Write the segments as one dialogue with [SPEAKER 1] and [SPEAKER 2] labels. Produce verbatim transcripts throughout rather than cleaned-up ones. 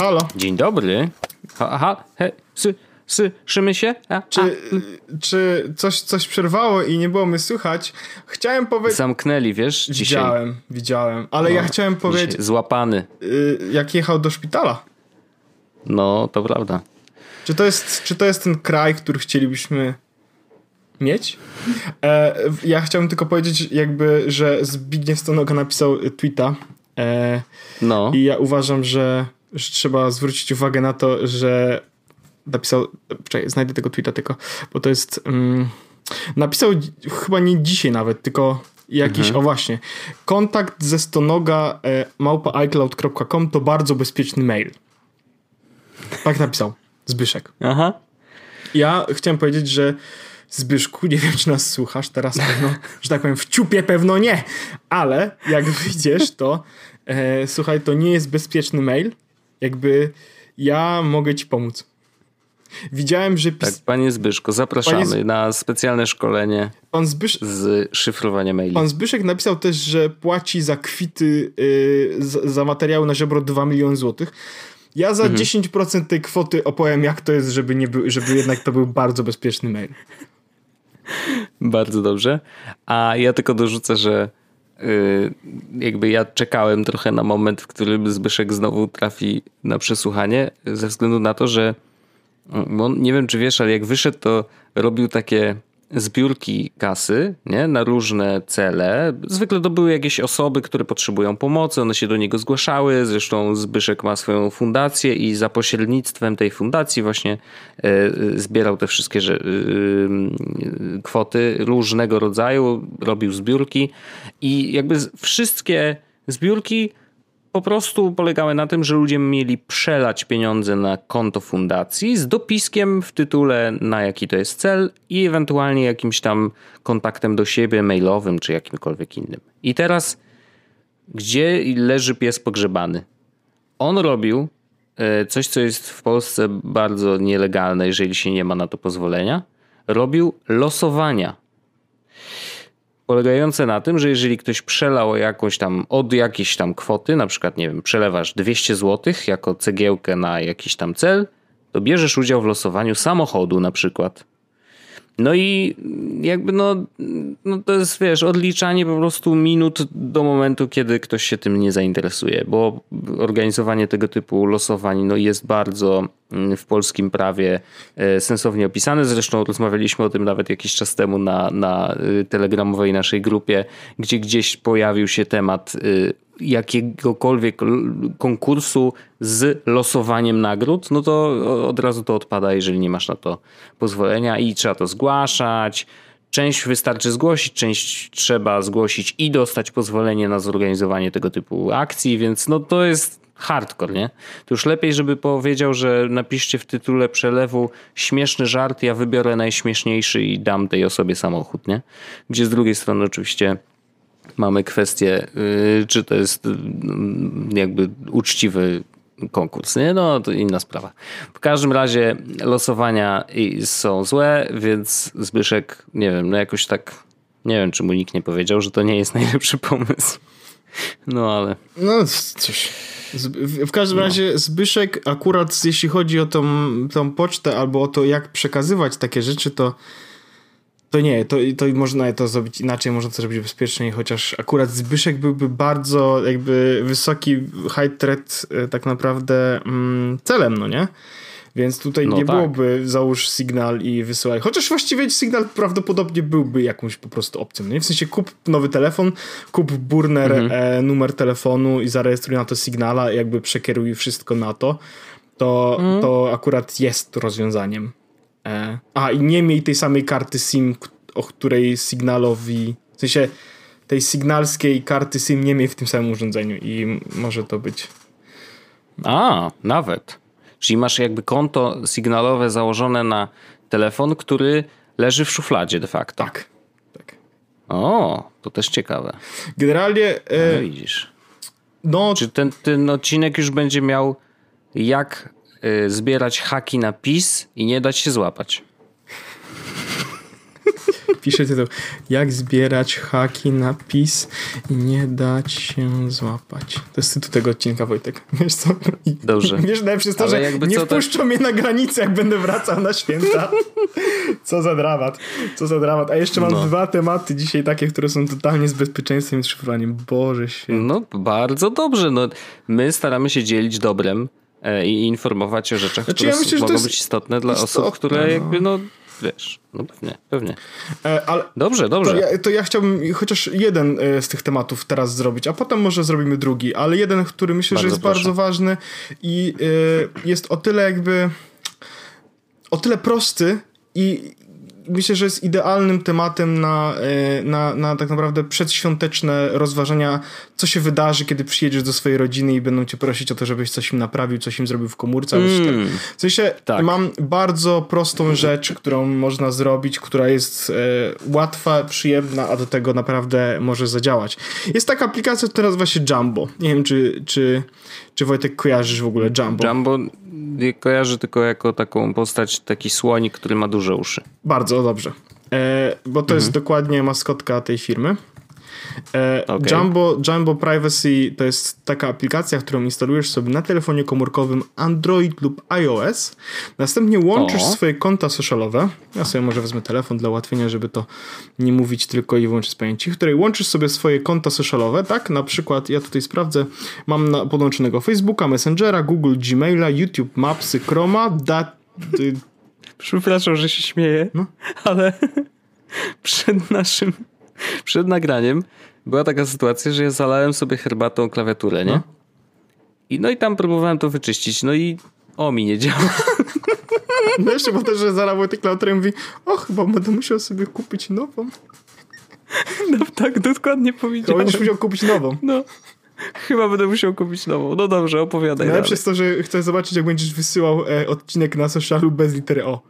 [SPEAKER 1] halo.
[SPEAKER 2] Dzień dobry. Aha, he, sy, słyszymy się? A,
[SPEAKER 1] czy,
[SPEAKER 2] a.
[SPEAKER 1] czy coś, coś przerwało i nie było mnie słychać? Chciałem powiedzieć...
[SPEAKER 2] Zamknęli, wiesz, dzisiaj.
[SPEAKER 1] Widziałem, widziałem, ale no, ja chciałem powiedzieć...
[SPEAKER 2] Złapany.
[SPEAKER 1] Y, jak jechał do szpitala.
[SPEAKER 2] No, to prawda.
[SPEAKER 1] Czy to jest, czy to jest ten kraj, który chcielibyśmy mieć? E, ja chciałem tylko powiedzieć jakby, że Zbigniew Stonoga napisał tweeta. E,
[SPEAKER 2] no.
[SPEAKER 1] I ja uważam, że, że trzeba zwrócić uwagę na to, że napisał... Czekaj, znajdę tego tweeta tylko, bo to jest... Um, napisał chyba nie dzisiaj nawet, tylko jakiś... Mhm. O właśnie. Kontakt ze Stonoga e, małpa iCloud kropka com to bardzo bezpieczny mail. Tak napisał Zbyszek.
[SPEAKER 2] Aha.
[SPEAKER 1] Ja chciałem powiedzieć, że Zbyszku, nie wiem, czy nas słuchasz teraz pewno, że tak powiem, w ciupie pewno nie, ale jak wyjdziesz, to e, słuchaj, to nie jest bezpieczny mail. Jakby ja mogę ci pomóc. Widziałem, że... Pis...
[SPEAKER 2] Tak, panie Zbyszko, zapraszamy
[SPEAKER 1] panie...
[SPEAKER 2] na specjalne szkolenie
[SPEAKER 1] pan Zbysz...
[SPEAKER 2] z szyfrowania maili.
[SPEAKER 1] Pan Zbyszek napisał też, że płaci za kwity, yy, za, za materiały na żebro dwa miliony złotych. Ja za mhm. dziesięć procent tej kwoty opowiem, jak to jest, żeby, nie był, żeby jednak to był bardzo bezpieczny mail.
[SPEAKER 2] Bardzo dobrze. A ja tylko dorzucę, że yy, jakby ja czekałem trochę na moment, w którym Zbyszek znowu trafi na przesłuchanie, ze względu na to, że on, nie wiem, czy wiesz, ale jak wyszedł, to robił takie zbiórki kasy, nie? Na różne cele. Zwykle to były jakieś osoby, które potrzebują pomocy, one się do niego zgłaszały. Zresztą Zbyszek ma swoją fundację i za pośrednictwem tej fundacji właśnie y, zbierał te wszystkie y, y, kwoty różnego rodzaju, robił zbiórki i jakby wszystkie zbiórki po prostu polegały na tym, że ludzie mieli przelać pieniądze na konto fundacji z dopiskiem w tytule, na jaki to jest cel i ewentualnie jakimś tam kontaktem do siebie mailowym czy jakimkolwiek innym. I teraz gdzie leży pies pogrzebany? On robił coś, co jest w Polsce bardzo nielegalne, jeżeli się nie ma na to pozwolenia. Robił losowania. Polegające na tym, że jeżeli ktoś przelał jakąś tam od jakiejś tam kwoty, na przykład, nie wiem, przelewasz dwieście złotych jako cegiełkę na jakiś tam cel, to bierzesz udział w losowaniu samochodu na przykład. No i jakby no, no to jest, wiesz, odliczanie po prostu minut do momentu, kiedy ktoś się tym nie zainteresuje, bo organizowanie tego typu losowań no jest bardzo w polskim prawie sensownie opisane. Zresztą rozmawialiśmy o tym nawet jakiś czas temu na, na telegramowej naszej grupie, gdzie gdzieś pojawił się temat jakiegokolwiek konkursu z losowaniem nagród, no to od razu to odpada, jeżeli nie masz na to pozwolenia i trzeba to zgłaszać. Część wystarczy zgłosić, część trzeba zgłosić i dostać pozwolenie na zorganizowanie tego typu akcji, więc no to jest hardcore, nie? To już lepiej, żeby powiedział, że napiszcie w tytule przelewu śmieszny żart, ja wybiorę najśmieszniejszy i dam tej osobie samochód, nie? Gdzie z drugiej strony oczywiście mamy kwestię, yy, czy to jest yy, jakby uczciwy konkurs, nie? No to inna sprawa. W każdym razie losowania są złe, więc Zbyszek, nie wiem, no jakoś tak, nie wiem, czy mu nikt nie powiedział, że to nie jest najlepszy pomysł. No ale...
[SPEAKER 1] No cóż... W każdym no. razie Zbyszek akurat jeśli chodzi o tą, tą pocztę albo o to, jak przekazywać takie rzeczy, to to nie, to, to można to zrobić inaczej, można to zrobić bezpieczniej, chociaż akurat Zbyszek byłby bardzo jakby wysoki high threat tak naprawdę mm, celem, no nie? Więc tutaj no nie tak. byłoby załóż Signal i wysyłaj. Chociaż właściwie Signal prawdopodobnie byłby jakąś po prostu opcją. Nie? W sensie kup nowy telefon, kup burner mhm. e, numer telefonu i zarejestruj na to Signala, jakby przekieruj wszystko na to, to, mhm. to akurat jest rozwiązaniem. E, a i nie miej tej samej karty SIM, o której Signalowi, w sensie tej signalskiej karty SIM nie miej w tym samym urządzeniu i może to być.
[SPEAKER 2] A, nawet. Czyli masz jakby konto sygnalowe założone na telefon, który leży w szufladzie de facto.
[SPEAKER 1] Tak. tak.
[SPEAKER 2] O, to też ciekawe.
[SPEAKER 1] Generalnie... E,
[SPEAKER 2] no widzisz.
[SPEAKER 1] No,
[SPEAKER 2] Czy ten, ten odcinek już będzie miał jak y, zbierać haki na PiS i nie dać się złapać?
[SPEAKER 1] piszecie to, jak zbierać haki na PiS i nie dać się złapać. To jest tytuł tego odcinka, Wojtek. Wiesz co? I,
[SPEAKER 2] Dobrze.
[SPEAKER 1] Wiesz, najlepsze jest to, że nie co, wpuszczą to... mnie na granicę, jak będę wracał na święta. Co za dramat. Co za dramat. A jeszcze mam no. dwa tematy dzisiaj takie, które są totalnie z bezpieczeństwem i szyfrowaniem. Boże święty.
[SPEAKER 2] No bardzo dobrze. No, my staramy się dzielić dobrem i informować o rzeczach, znaczy, które ja myślę, mogą być istotne dla istotne, osób, które no. jakby no wiesz, no pewnie, pewnie.
[SPEAKER 1] E, ale
[SPEAKER 2] dobrze, dobrze.
[SPEAKER 1] To ja, to ja chciałbym chociaż jeden z tych tematów teraz zrobić, a potem może zrobimy drugi, ale jeden, który myślę, bardzo że jest proszę. bardzo ważny i y, jest o tyle jakby o tyle prosty i myślę, że jest idealnym tematem na, na, na tak naprawdę przedświąteczne rozważania, co się wydarzy, kiedy przyjedziesz do swojej rodziny i będą cię prosić o to, żebyś coś im naprawił, coś im zrobił w komórce. Mm. W sensie tak. mam bardzo prostą rzecz, którą można zrobić, która jest e, łatwa, przyjemna, a do tego naprawdę może zadziałać. Jest taka aplikacja, która nazywa się Jumbo. Nie wiem, czy, czy, czy Wojtek kojarzysz w ogóle Jumbo.
[SPEAKER 2] Jumbo kojarzy tylko jako taką postać, taki słonik, który ma duże uszy.
[SPEAKER 1] Bardzo dobrze, e, bo to mhm. jest dokładnie maskotka tej firmy. E, okay. Jumbo, Jumbo Privacy to jest taka aplikacja, którą instalujesz sobie na telefonie komórkowym Android lub iOS. Następnie łączysz o. swoje konta socialowe. Ja sobie może wezmę telefon dla ułatwienia, żeby to nie mówić tylko i wyłącznie z pamięci, w której łączysz sobie swoje konta socialowe, tak? Na przykład ja tutaj sprawdzę, mam na, podłączonego Facebooka, Messengera, Google, Gmaila, YouTube, Mapsy, Chroma, dat...
[SPEAKER 2] Przepraszam, że się śmieję, no. ale przed naszym przed nagraniem była taka sytuacja, że ja zalałem sobie herbatą klawiaturę, nie? No. I no i tam próbowałem to wyczyścić, no i o, mi nie działa.
[SPEAKER 1] No jeszcze bo też, że zalał tej klawiaturę i mówi, o, chyba będę musiał sobie kupić nową.
[SPEAKER 2] No tak, dokładnie powiedziałem.
[SPEAKER 1] To będziesz musiał kupić nową.
[SPEAKER 2] No. Chyba będę musiał kupić nową. No dobrze, opowiadaj.
[SPEAKER 1] Najlepsze jest to, że chcę zobaczyć, jak będziesz wysyłał e, odcinek na socialu bez litery O.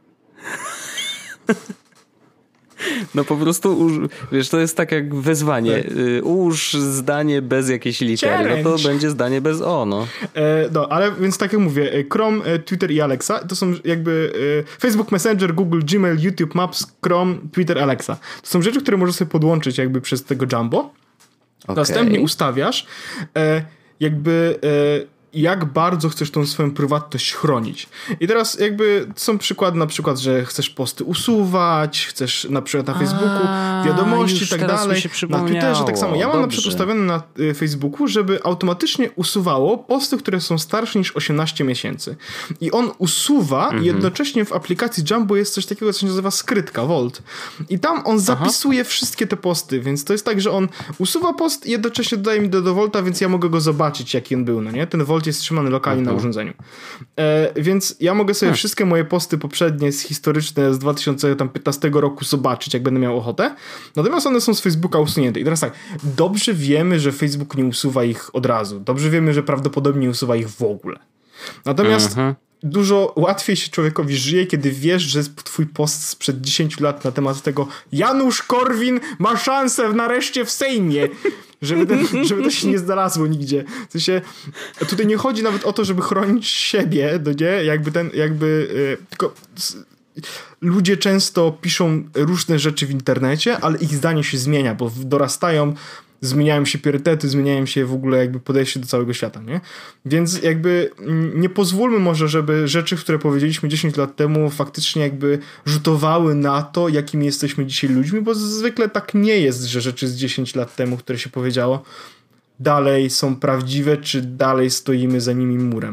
[SPEAKER 2] No po prostu, wiesz, to jest tak jak wezwanie. Tak. Ułóż zdanie bez jakiejś litery. Challenge. No to będzie zdanie bez O, no.
[SPEAKER 1] E, no, ale więc tak jak mówię, Chrome, Twitter i Alexa to są jakby e, Facebook Messenger, Google, Gmail, YouTube, Maps, Chrome, Twitter, Alexa. To są rzeczy, które możesz sobie podłączyć jakby przez tego Jumbo. Okay. Następnie ustawiasz e, jakby e, jak bardzo chcesz tą swoją prywatność chronić. I teraz jakby są przykłady na przykład, że chcesz posty usuwać, chcesz na przykład na Facebooku A, wiadomości i tak dalej, na Twitterze tak samo. Ja mam Dobrze. na przykład ustawione na y, Facebooku, żeby automatycznie usuwało posty, które są starsze niż osiemnaście miesięcy. I on usuwa mhm. i jednocześnie w aplikacji Jumbo jest coś takiego, co się nazywa skrytka, Vault. I tam on zapisuje Aha. wszystkie te posty, więc to jest tak, że on usuwa post i jednocześnie dodaje mi do, do Vaulta, więc ja mogę go zobaczyć, jaki on był, no nie? Ten Vault jest trzymany lokalnie mhm. na urządzeniu. E, więc ja mogę sobie hmm. wszystkie moje posty poprzednie, historyczne z dwa tysiące piętnastego roku zobaczyć, jak będę miał ochotę. Natomiast one są z Facebooka usunięte. I teraz tak, dobrze wiemy, że Facebook nie usuwa ich od razu. Dobrze wiemy, że prawdopodobnie nie usuwa ich w ogóle. Natomiast mhm. dużo łatwiej się człowiekowi żyje, kiedy wiesz, że twój post sprzed dziesięciu lat na temat tego Janusz Korwin ma szansę nareszcie w Sejmie. Żeby, ten, żeby to się nie znalazło nigdzie. W sensie, tutaj nie chodzi nawet o to, żeby chronić siebie, no nie? Jakby ten, jakby yy, tylko ludzie często piszą różne rzeczy w internecie, ale ich zdanie się zmienia, bo dorastają, zmieniają się priorytety, zmieniają się w ogóle jakby podejście do całego świata, nie? Więc jakby nie pozwólmy może, żeby rzeczy, które powiedzieliśmy dziesięć lat temu faktycznie jakby rzutowały na to, jakimi jesteśmy dzisiaj ludźmi, bo zwykle tak nie jest, że rzeczy z dziesięć lat temu, które się powiedziało, dalej są prawdziwe, czy dalej stoimy za nimi murem.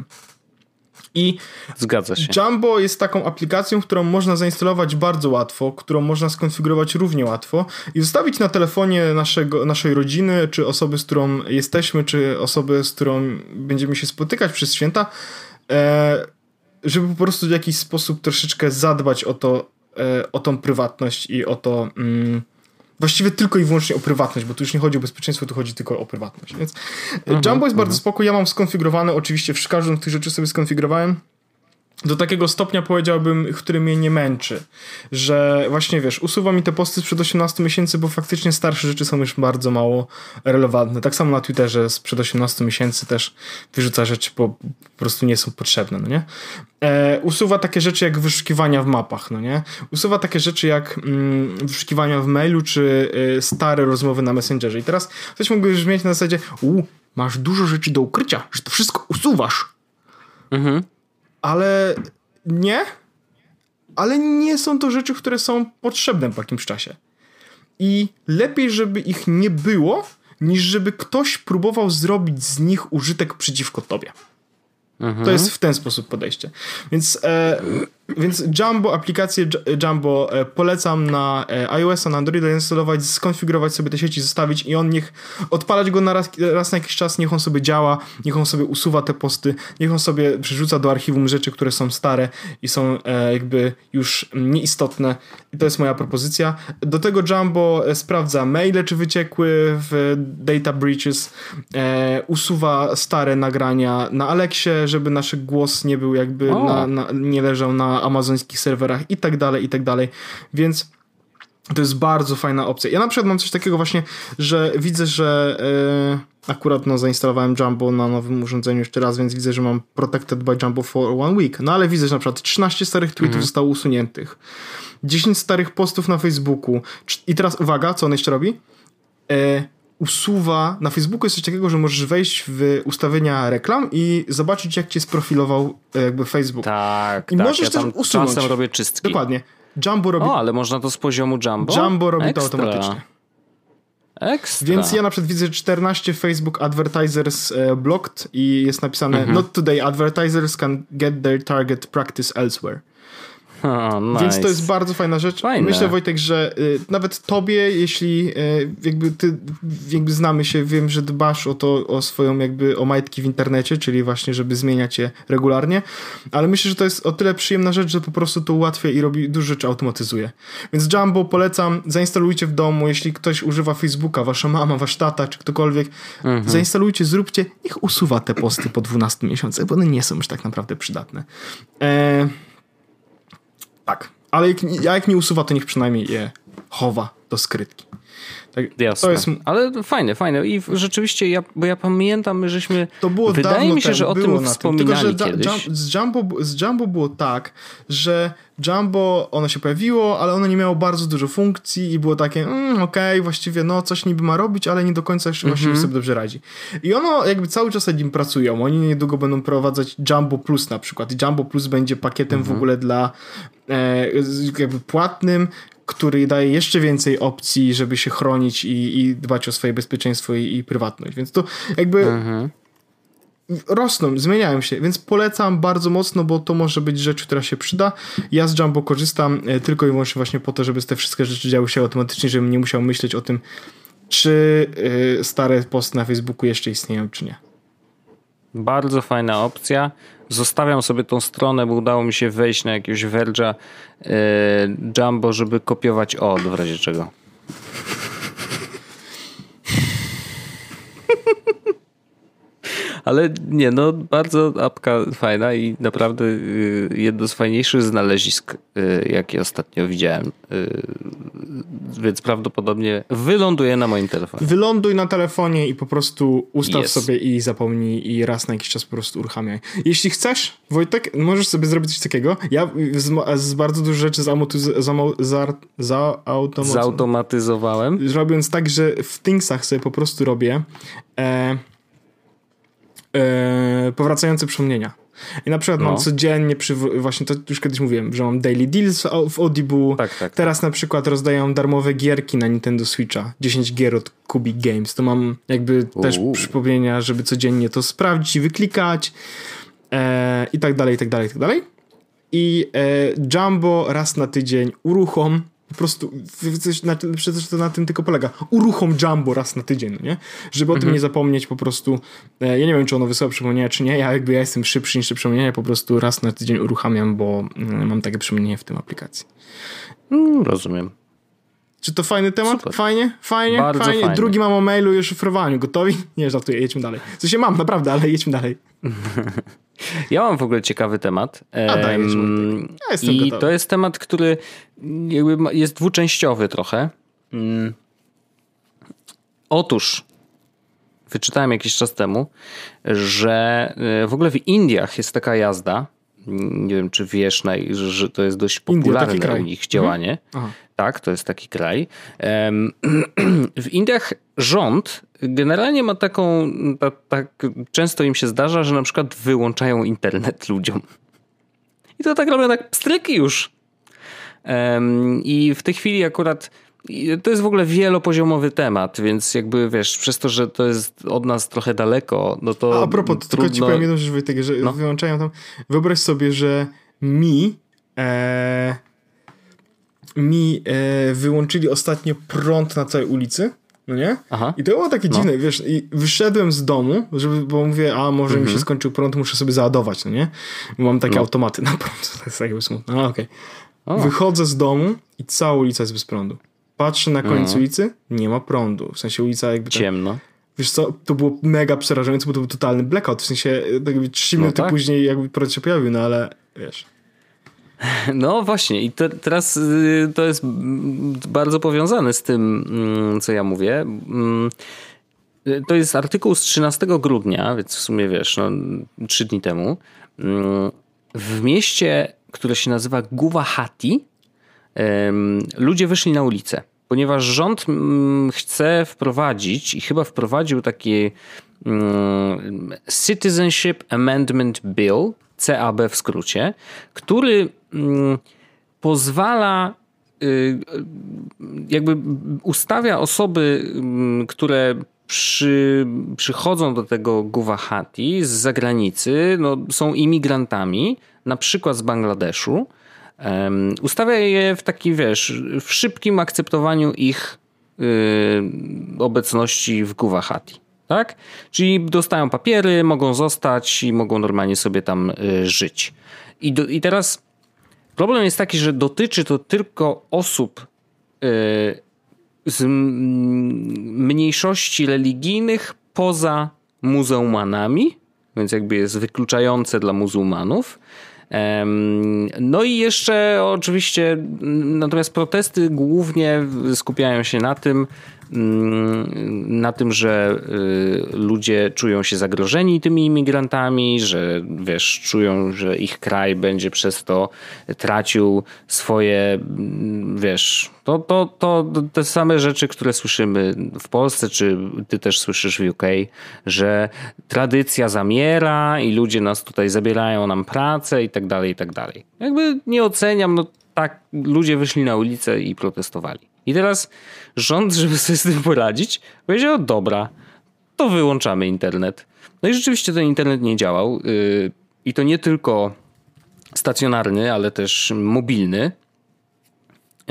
[SPEAKER 1] I
[SPEAKER 2] Zgadza się.
[SPEAKER 1] Jumbo jest taką aplikacją, którą można zainstalować bardzo łatwo, którą można skonfigurować równie łatwo i zostawić na telefonie naszego, naszej rodziny, czy osoby, z którą jesteśmy, czy osoby, z którą będziemy się spotykać przez święta, e, żeby po prostu w jakiś sposób troszeczkę zadbać o to, e, o tą prywatność i o to... Mm, właściwie tylko i wyłącznie o prywatność, bo tu już nie chodzi o bezpieczeństwo, tu chodzi tylko o prywatność. Więc uh-huh, Jumbo jest uh-huh. bardzo spoko, ja mam skonfigurowane, oczywiście w każdą z tych rzeczy sobie skonfigurowałem. do takiego stopnia powiedziałbym, który mnie nie męczy, że właśnie wiesz, usuwa mi te posty sprzed osiemnastu miesięcy, bo faktycznie starsze rzeczy są już bardzo mało relevantne. Tak samo na Twitterze sprzed osiemnastu miesięcy też wyrzuca rzeczy, bo po prostu nie są potrzebne, no nie? E, usuwa takie rzeczy jak wyszukiwania w mapach, no nie? Usuwa takie rzeczy jak mm, wyszukiwania w mailu, czy y, stare rozmowy na Messengerze. I teraz ktoś mógłby brzmieć na zasadzie, u, masz dużo rzeczy do ukrycia, że to wszystko usuwasz.
[SPEAKER 2] Mhm.
[SPEAKER 1] Ale nie, ale nie są to rzeczy, które są potrzebne po jakimś czasie. I lepiej, żeby ich nie było, niż żeby ktoś próbował zrobić z nich użytek przeciwko tobie. Mhm. To jest w ten sposób podejście. Więc, e, więc Jumbo, aplikację Jumbo e, polecam na e, iOS-a, na Androida instalować, skonfigurować sobie te sieci, zostawić i on niech odpalać go na raz, raz na jakiś czas, niech on sobie działa, niech on sobie usuwa te posty, niech on sobie przerzuca do archiwum rzeczy, które są stare i są e, jakby już nieistotne. I to jest moja propozycja. Do tego Jumbo e, sprawdza maile, czy wyciekły w data breaches, e, usuwa stare nagrania na Alexie, żeby nasz głos nie był jakby na, na, nie leżał na amazońskich serwerach i tak dalej, i tak dalej. Więc to jest bardzo fajna opcja. Ja na przykład mam coś takiego właśnie, że widzę, że yy, akurat no, zainstalowałem Jumbo na nowym urządzeniu jeszcze raz, więc widzę, że mam Protected by Jumbo for one week. No ale widzę, że na przykład trzynaście starych tweetów mhm. zostało usuniętych. dziesięć starych postów na Facebooku. I teraz uwaga, co on jeszcze robi? Yy, usuwa, na Facebooku jest coś takiego, że możesz wejść w ustawienia reklam i zobaczyć, jak cię sprofilował jakby Facebook.
[SPEAKER 2] Tak,
[SPEAKER 1] I
[SPEAKER 2] tak.
[SPEAKER 1] możesz
[SPEAKER 2] ja
[SPEAKER 1] też
[SPEAKER 2] tam
[SPEAKER 1] usunąć.
[SPEAKER 2] czasem robię czystki.
[SPEAKER 1] Dokładnie. Jumbo robi...
[SPEAKER 2] O, ale można to z poziomu Jumbo?
[SPEAKER 1] Jumbo robi
[SPEAKER 2] Ekstra.
[SPEAKER 1] to automatycznie.
[SPEAKER 2] Ekstra.
[SPEAKER 1] Więc ja na przykład widzę czternaście Facebook advertisers e, blocked i jest napisane mhm. not today, advertisers can get their target practice elsewhere.
[SPEAKER 2] Oh, nice.
[SPEAKER 1] Więc to jest bardzo fajna rzecz.
[SPEAKER 2] Fajne.
[SPEAKER 1] Myślę, Wojtek, że y, nawet tobie, jeśli y, jakby ty, jakby znamy się, wiem, że dbasz o to, o swoją jakby, o majtki w internecie, czyli właśnie, żeby zmieniać je regularnie, ale myślę, że to jest o tyle przyjemna rzecz, że po prostu to ułatwia i robi dużo rzeczy, automatyzuje. Więc Jumbo polecam, zainstalujcie w domu, jeśli ktoś używa Facebooka, wasza mama, wasz tata, czy ktokolwiek, mhm. zainstalujcie, zróbcie, niech usuwa te posty po dwunastu miesiącach, bo one nie są już tak naprawdę przydatne. Eee, Tak, ale jak, jak nie usuwa, to niech przynajmniej je chowa do skrytki. Tak,
[SPEAKER 2] Jasne.
[SPEAKER 1] To jest...
[SPEAKER 2] Ale fajne, fajne. I rzeczywiście, ja, bo ja pamiętam, my żeśmy...
[SPEAKER 1] To było
[SPEAKER 2] wydaje mi się,
[SPEAKER 1] temu,
[SPEAKER 2] że o tym wspominali
[SPEAKER 1] tym. Tylko, że
[SPEAKER 2] kiedyś.
[SPEAKER 1] Jum, z, Jumbo, z Jumbo było tak, że Jumbo, ono się pojawiło, ale ono nie miało bardzo dużo funkcji i było takie, mm, okej, okay, właściwie no coś niby ma robić, ale nie do końca jeszcze właściwie mm-hmm. sobie dobrze radzi. I ono jakby cały czas nad nim pracują. Oni niedługo będą prowadzać Jumbo Plus na przykład. Jumbo Plus będzie pakietem mm-hmm. w ogóle dla e, jakby płatnym, który daje jeszcze więcej opcji, żeby się chronić i, i dbać o swoje bezpieczeństwo i, i prywatność. Więc to jakby mhm. rosną, zmieniają się, więc polecam bardzo mocno, bo to może być rzecz, która się przyda. Ja z Jumbo korzystam e, tylko i wyłącznie właśnie po to, żeby te wszystkie rzeczy działy się automatycznie, żebym nie musiał myśleć o tym, czy e, stare posty na Facebooku jeszcze istnieją, czy nie.
[SPEAKER 2] Bardzo fajna opcja. Zostawiam sobie tą stronę, bo udało mi się wejść na jakiegoś Verge'a yy, Jumbo, żeby kopiować od, w razie czego. Ale nie, no bardzo apka fajna i naprawdę y, jedno z fajniejszych znalezisk, y, jakie ostatnio widziałem. Y, więc prawdopodobnie wyląduje na moim telefonie.
[SPEAKER 1] Wyląduj na telefonie i po prostu ustaw
[SPEAKER 2] yes.
[SPEAKER 1] sobie i zapomnij i raz na jakiś czas po prostu uruchamiaj. Jeśli chcesz, Wojtek, możesz sobie zrobić coś takiego. Ja z, z bardzo dużo rzeczy zautomatyzowałem.
[SPEAKER 2] Zautomatyzowałem.
[SPEAKER 1] Robiąc tak, że w Thingsach sobie po prostu robię e, e, powracające przypomnienia. I na przykład no. mam codziennie, przy, właśnie to już kiedyś mówiłem, że mam daily deals w Audible.
[SPEAKER 2] Tak, tak,
[SPEAKER 1] Teraz
[SPEAKER 2] tak.
[SPEAKER 1] na przykład rozdają darmowe gierki na Nintendo Switcha. dziesięć gier od Kubik Games. To mam jakby Uuu. też przypomnienia, żeby codziennie to sprawdzić i wyklikać. E, I tak dalej, i tak dalej, i tak dalej. I e, Jumbo raz na tydzień uruchom. Po prostu coś na, przecież to na tym tylko polega. Uruchom Jumbo raz na tydzień, no nie? Żeby o mhm. tym nie zapomnieć po prostu. E, ja nie wiem, czy ono wysyła przypomnienia, czy nie. Ja jakby ja jestem szybszy niż te przypomnienia, po prostu raz na tydzień uruchamiam, bo mm, mam takie przypomnienie w tym aplikacji.
[SPEAKER 2] Mm, rozumiem.
[SPEAKER 1] Czy to fajny temat?
[SPEAKER 2] Super.
[SPEAKER 1] Fajnie? Fajnie?
[SPEAKER 2] Bardzo
[SPEAKER 1] fajnie.
[SPEAKER 2] fajny.
[SPEAKER 1] Drugi mam o mailu i szyfrowaniu. Gotowi? Nie, żartuję, jedźmy dalej. W sensie mam, naprawdę, ale jedźmy dalej.
[SPEAKER 2] Ja mam w ogóle ciekawy temat.
[SPEAKER 1] A daj, jedźmy. Ja jestem
[SPEAKER 2] I
[SPEAKER 1] gotowy.
[SPEAKER 2] to jest temat, który jakby ma- jest dwuczęściowy trochę. Mm. Otóż wyczytałem jakiś czas temu, że e, w ogóle w Indiach jest taka jazda. Nie wiem, czy wiesz, naj- że to jest dość
[SPEAKER 1] Indie, taki
[SPEAKER 2] popularne
[SPEAKER 1] kraj.
[SPEAKER 2] u nich działanie.
[SPEAKER 1] Aha.
[SPEAKER 2] Tak, to jest taki kraj. Em, W Indiach rząd generalnie ma taką, ta, tak często im się zdarza, że na przykład wyłączają internet ludziom. I to tak robią tak pstryk i już. Em, I w tej chwili akurat i to jest w ogóle wielopoziomowy temat, więc jakby wiesz, przez to, że to jest od nas trochę daleko, no to
[SPEAKER 1] A, a propos,
[SPEAKER 2] trudno...
[SPEAKER 1] tylko ci powiem jedną rzecz, Wojtek, że
[SPEAKER 2] No.
[SPEAKER 1] wyłączają tam. Wyobraź sobie, że mi e, mi e, wyłączyli ostatnio prąd na całej ulicy, no nie?
[SPEAKER 2] Aha.
[SPEAKER 1] I to było takie
[SPEAKER 2] No.
[SPEAKER 1] dziwne, wiesz, i wyszedłem z domu, żeby, bo mówię, a może
[SPEAKER 2] Mhm.
[SPEAKER 1] mi się skończył prąd, muszę sobie załadować, no nie? Bo mam takie
[SPEAKER 2] No.
[SPEAKER 1] automaty na prąd, to jest takie smutne, no okej.
[SPEAKER 2] O.
[SPEAKER 1] Wychodzę z domu i cała ulica jest bez prądu. Patrzę na koniec
[SPEAKER 2] Mhm.
[SPEAKER 1] ulicy, nie ma prądu, w sensie ulica jakby tak,
[SPEAKER 2] Ciemno.
[SPEAKER 1] wiesz co, to było mega przerażające, bo to był totalny blackout, w sensie tak jakby trzy
[SPEAKER 2] No
[SPEAKER 1] minuty
[SPEAKER 2] tak.
[SPEAKER 1] później jakby prąd się pojawił, no ale wiesz.
[SPEAKER 2] No właśnie i te, teraz y, to jest mm, bardzo powiązane z tym, mm, co ja mówię. Mm, y, To jest artykuł z trzynastego grudnia, więc w sumie wiesz, no, trzy dni temu. Mm, W mieście, które się nazywa Guwahati, em, ludzie wyszli na ulicę, ponieważ rząd mm, chce wprowadzić i chyba wprowadził taki mm, Citizenship Amendment Bill, C A B w skrócie, który mm, pozwala y, jakby ustawia osoby, mm, które przy, przychodzą do tego Guwahati z zagranicy, no, są imigrantami, na przykład z Bangladeszu, um, ustawia je w taki, wiesz, w szybkim akceptowaniu ich y, obecności w Guwahati. Tak? Czyli dostają papiery, mogą zostać i mogą normalnie sobie tam y, żyć. I, do, I teraz problem jest taki, że dotyczy to tylko osób y, z m- mniejszości religijnych poza muzułmanami, więc jakby jest wykluczające dla muzułmanów. Em, No i jeszcze oczywiście, natomiast protesty głównie skupiają się na tym, mm, na tym, że y, ludzie czują się zagrożeni tymi imigrantami, że wiesz, czują, że ich kraj będzie przez to tracił swoje, mm, wiesz, to, to, to te same rzeczy, które słyszymy w Polsce, czy ty też słyszysz w U K, że tradycja zamiera i ludzie nas tutaj zabierają nam pracę i tak dalej, i tak dalej. Jakby nie oceniam, no tak, ludzie wyszli na ulicę i protestowali. I teraz rząd, żeby sobie z tym poradzić, powiedział, dobra, to wyłączamy internet. No i rzeczywiście ten internet nie działał. Yy, I to nie tylko stacjonarny, ale też mobilny. Yy,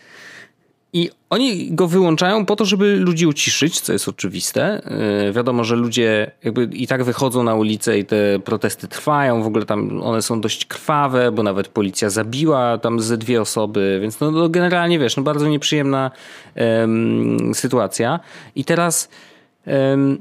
[SPEAKER 2] I oni go wyłączają po to, żeby ludzi uciszyć, co jest oczywiste. Yy, wiadomo, że ludzie jakby i tak wychodzą na ulicę i te protesty trwają. W ogóle tam one są dość krwawe, bo nawet policja zabiła tam ze dwie osoby, więc no, no generalnie wiesz, no bardzo nieprzyjemna ym, sytuacja. I teraz ym,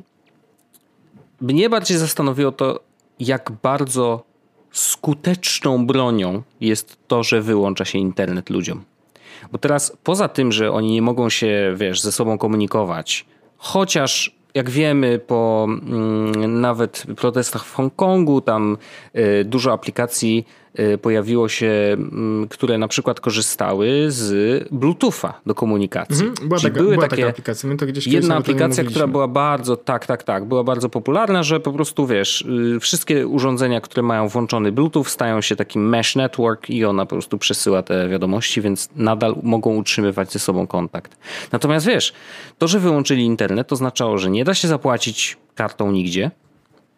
[SPEAKER 2] mnie bardziej zastanowiło to, jak bardzo skuteczną bronią jest to, że wyłącza się internet ludziom. Bo teraz poza tym, że oni nie mogą się, wiesz, ze sobą komunikować, chociaż jak wiemy po mm, nawet protestach w Hongkongu, tam y, dużo aplikacji y, pojawiło się, y, które na przykład korzystały z Bluetootha do komunikacji.
[SPEAKER 1] Mhm, była
[SPEAKER 2] Czyli
[SPEAKER 1] taka,
[SPEAKER 2] były
[SPEAKER 1] była
[SPEAKER 2] takie,
[SPEAKER 1] taka aplikacja. My to gdzieś kiedyś
[SPEAKER 2] jedna
[SPEAKER 1] nawet o niej
[SPEAKER 2] aplikacja,
[SPEAKER 1] mówiliśmy.
[SPEAKER 2] która była bardzo, tak, tak, tak, była bardzo popularna, że po prostu wiesz, y, wszystkie urządzenia, które mają włączony Bluetooth, stają się takim mesh network i ona po prostu przesyła te wiadomości, więc nadal mogą utrzymywać ze sobą kontakt. Natomiast wiesz, to, że wyłączyli internet, to oznaczało, że nie da się zapłacić kartą nigdzie.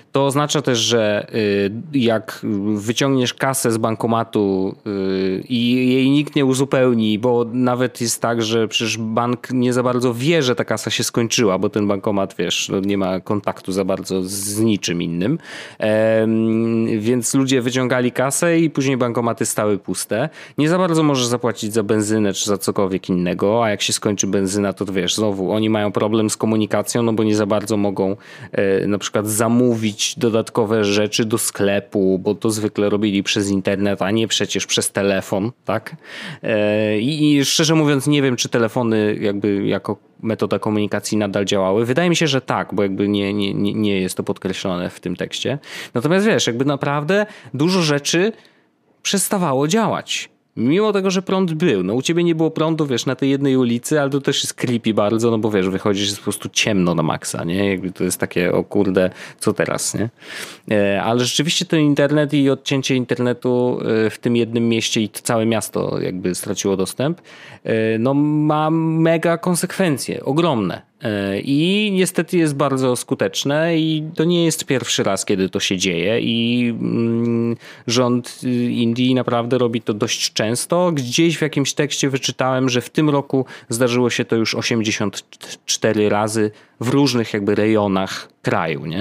[SPEAKER 2] To oznacza też, że jak wyciągniesz kasę z bankomatu i jej nikt nie uzupełni, bo nawet jest tak, że przecież bank nie za bardzo wie, że ta kasa się skończyła, bo ten bankomat, wiesz, no nie ma kontaktu za bardzo z niczym innym. Więc ludzie wyciągali kasę i później bankomaty stały puste. Nie za bardzo możesz zapłacić za benzynę czy za cokolwiek innego, a jak się skończy benzyna, to wiesz, znowu oni mają problem z komunikacją, no bo nie za bardzo mogą na przykład zamówić dodatkowe rzeczy do sklepu, bo to zwykle robili przez internet, a nie przecież przez telefon, tak? I, i szczerze mówiąc nie wiem, czy telefony jakby jako metoda komunikacji nadal działały. Wydaje mi się, że tak, bo jakby nie, nie, nie jest to podkreślone w tym tekście. Natomiast wiesz, jakby naprawdę dużo rzeczy przestawało działać. Mimo tego, że prąd był. No u ciebie nie było prądu, wiesz, na tej jednej ulicy, ale to też jest creepy bardzo, no bo wiesz, wychodzisz, jest po prostu ciemno na maksa, nie? Jakby to jest takie, o kurde, co teraz, nie? Ale rzeczywiście ten internet i odcięcie internetu w tym jednym mieście i to całe miasto jakby straciło dostęp, no ma mega konsekwencje, ogromne. I niestety jest bardzo skuteczne i to nie jest pierwszy raz, kiedy to się dzieje i rząd Indii naprawdę robi to dość często. Gdzieś w jakimś tekście wyczytałem, że w tym roku zdarzyło się to już osiemdziesiąt cztery razy w różnych jakby rejonach kraju, nie?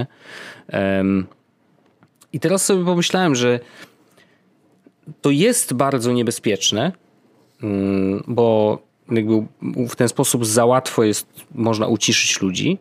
[SPEAKER 2] I teraz sobie pomyślałem, że to jest bardzo niebezpieczne, bo jakby w ten sposób za łatwo jest, można uciszyć ludzi.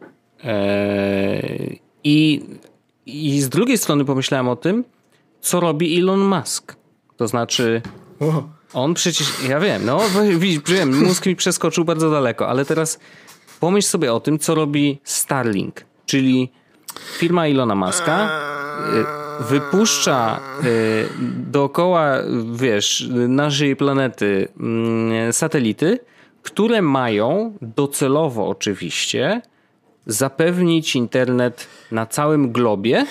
[SPEAKER 2] I, I z drugiej strony pomyślałem o tym, co robi Elon Musk. To znaczy, on przecież, ja wiem, no widzisz, wiem, mózg mi przeskoczył bardzo daleko, ale teraz pomyśl sobie o tym, co robi Starlink, czyli firma Elona Muska wypuszcza dookoła, wiesz, naszej planety satelity, które mają docelowo oczywiście zapewnić internet na całym globie.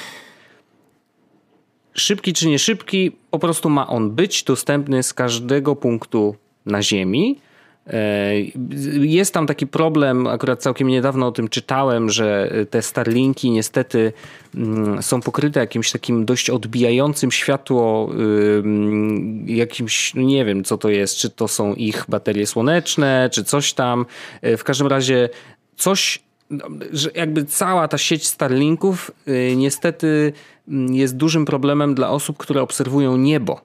[SPEAKER 2] Szybki czy nie szybki, po prostu ma on być dostępny z każdego punktu na Ziemi. Jest tam taki problem, akurat całkiem niedawno o tym czytałem, że te Starlinki niestety są pokryte jakimś takim dość odbijającym światło jakimś, nie wiem co to jest, czy to są ich baterie słoneczne, czy coś tam. W każdym razie coś, że jakby cała ta sieć Starlinków niestety jest dużym problemem dla osób, które obserwują niebo,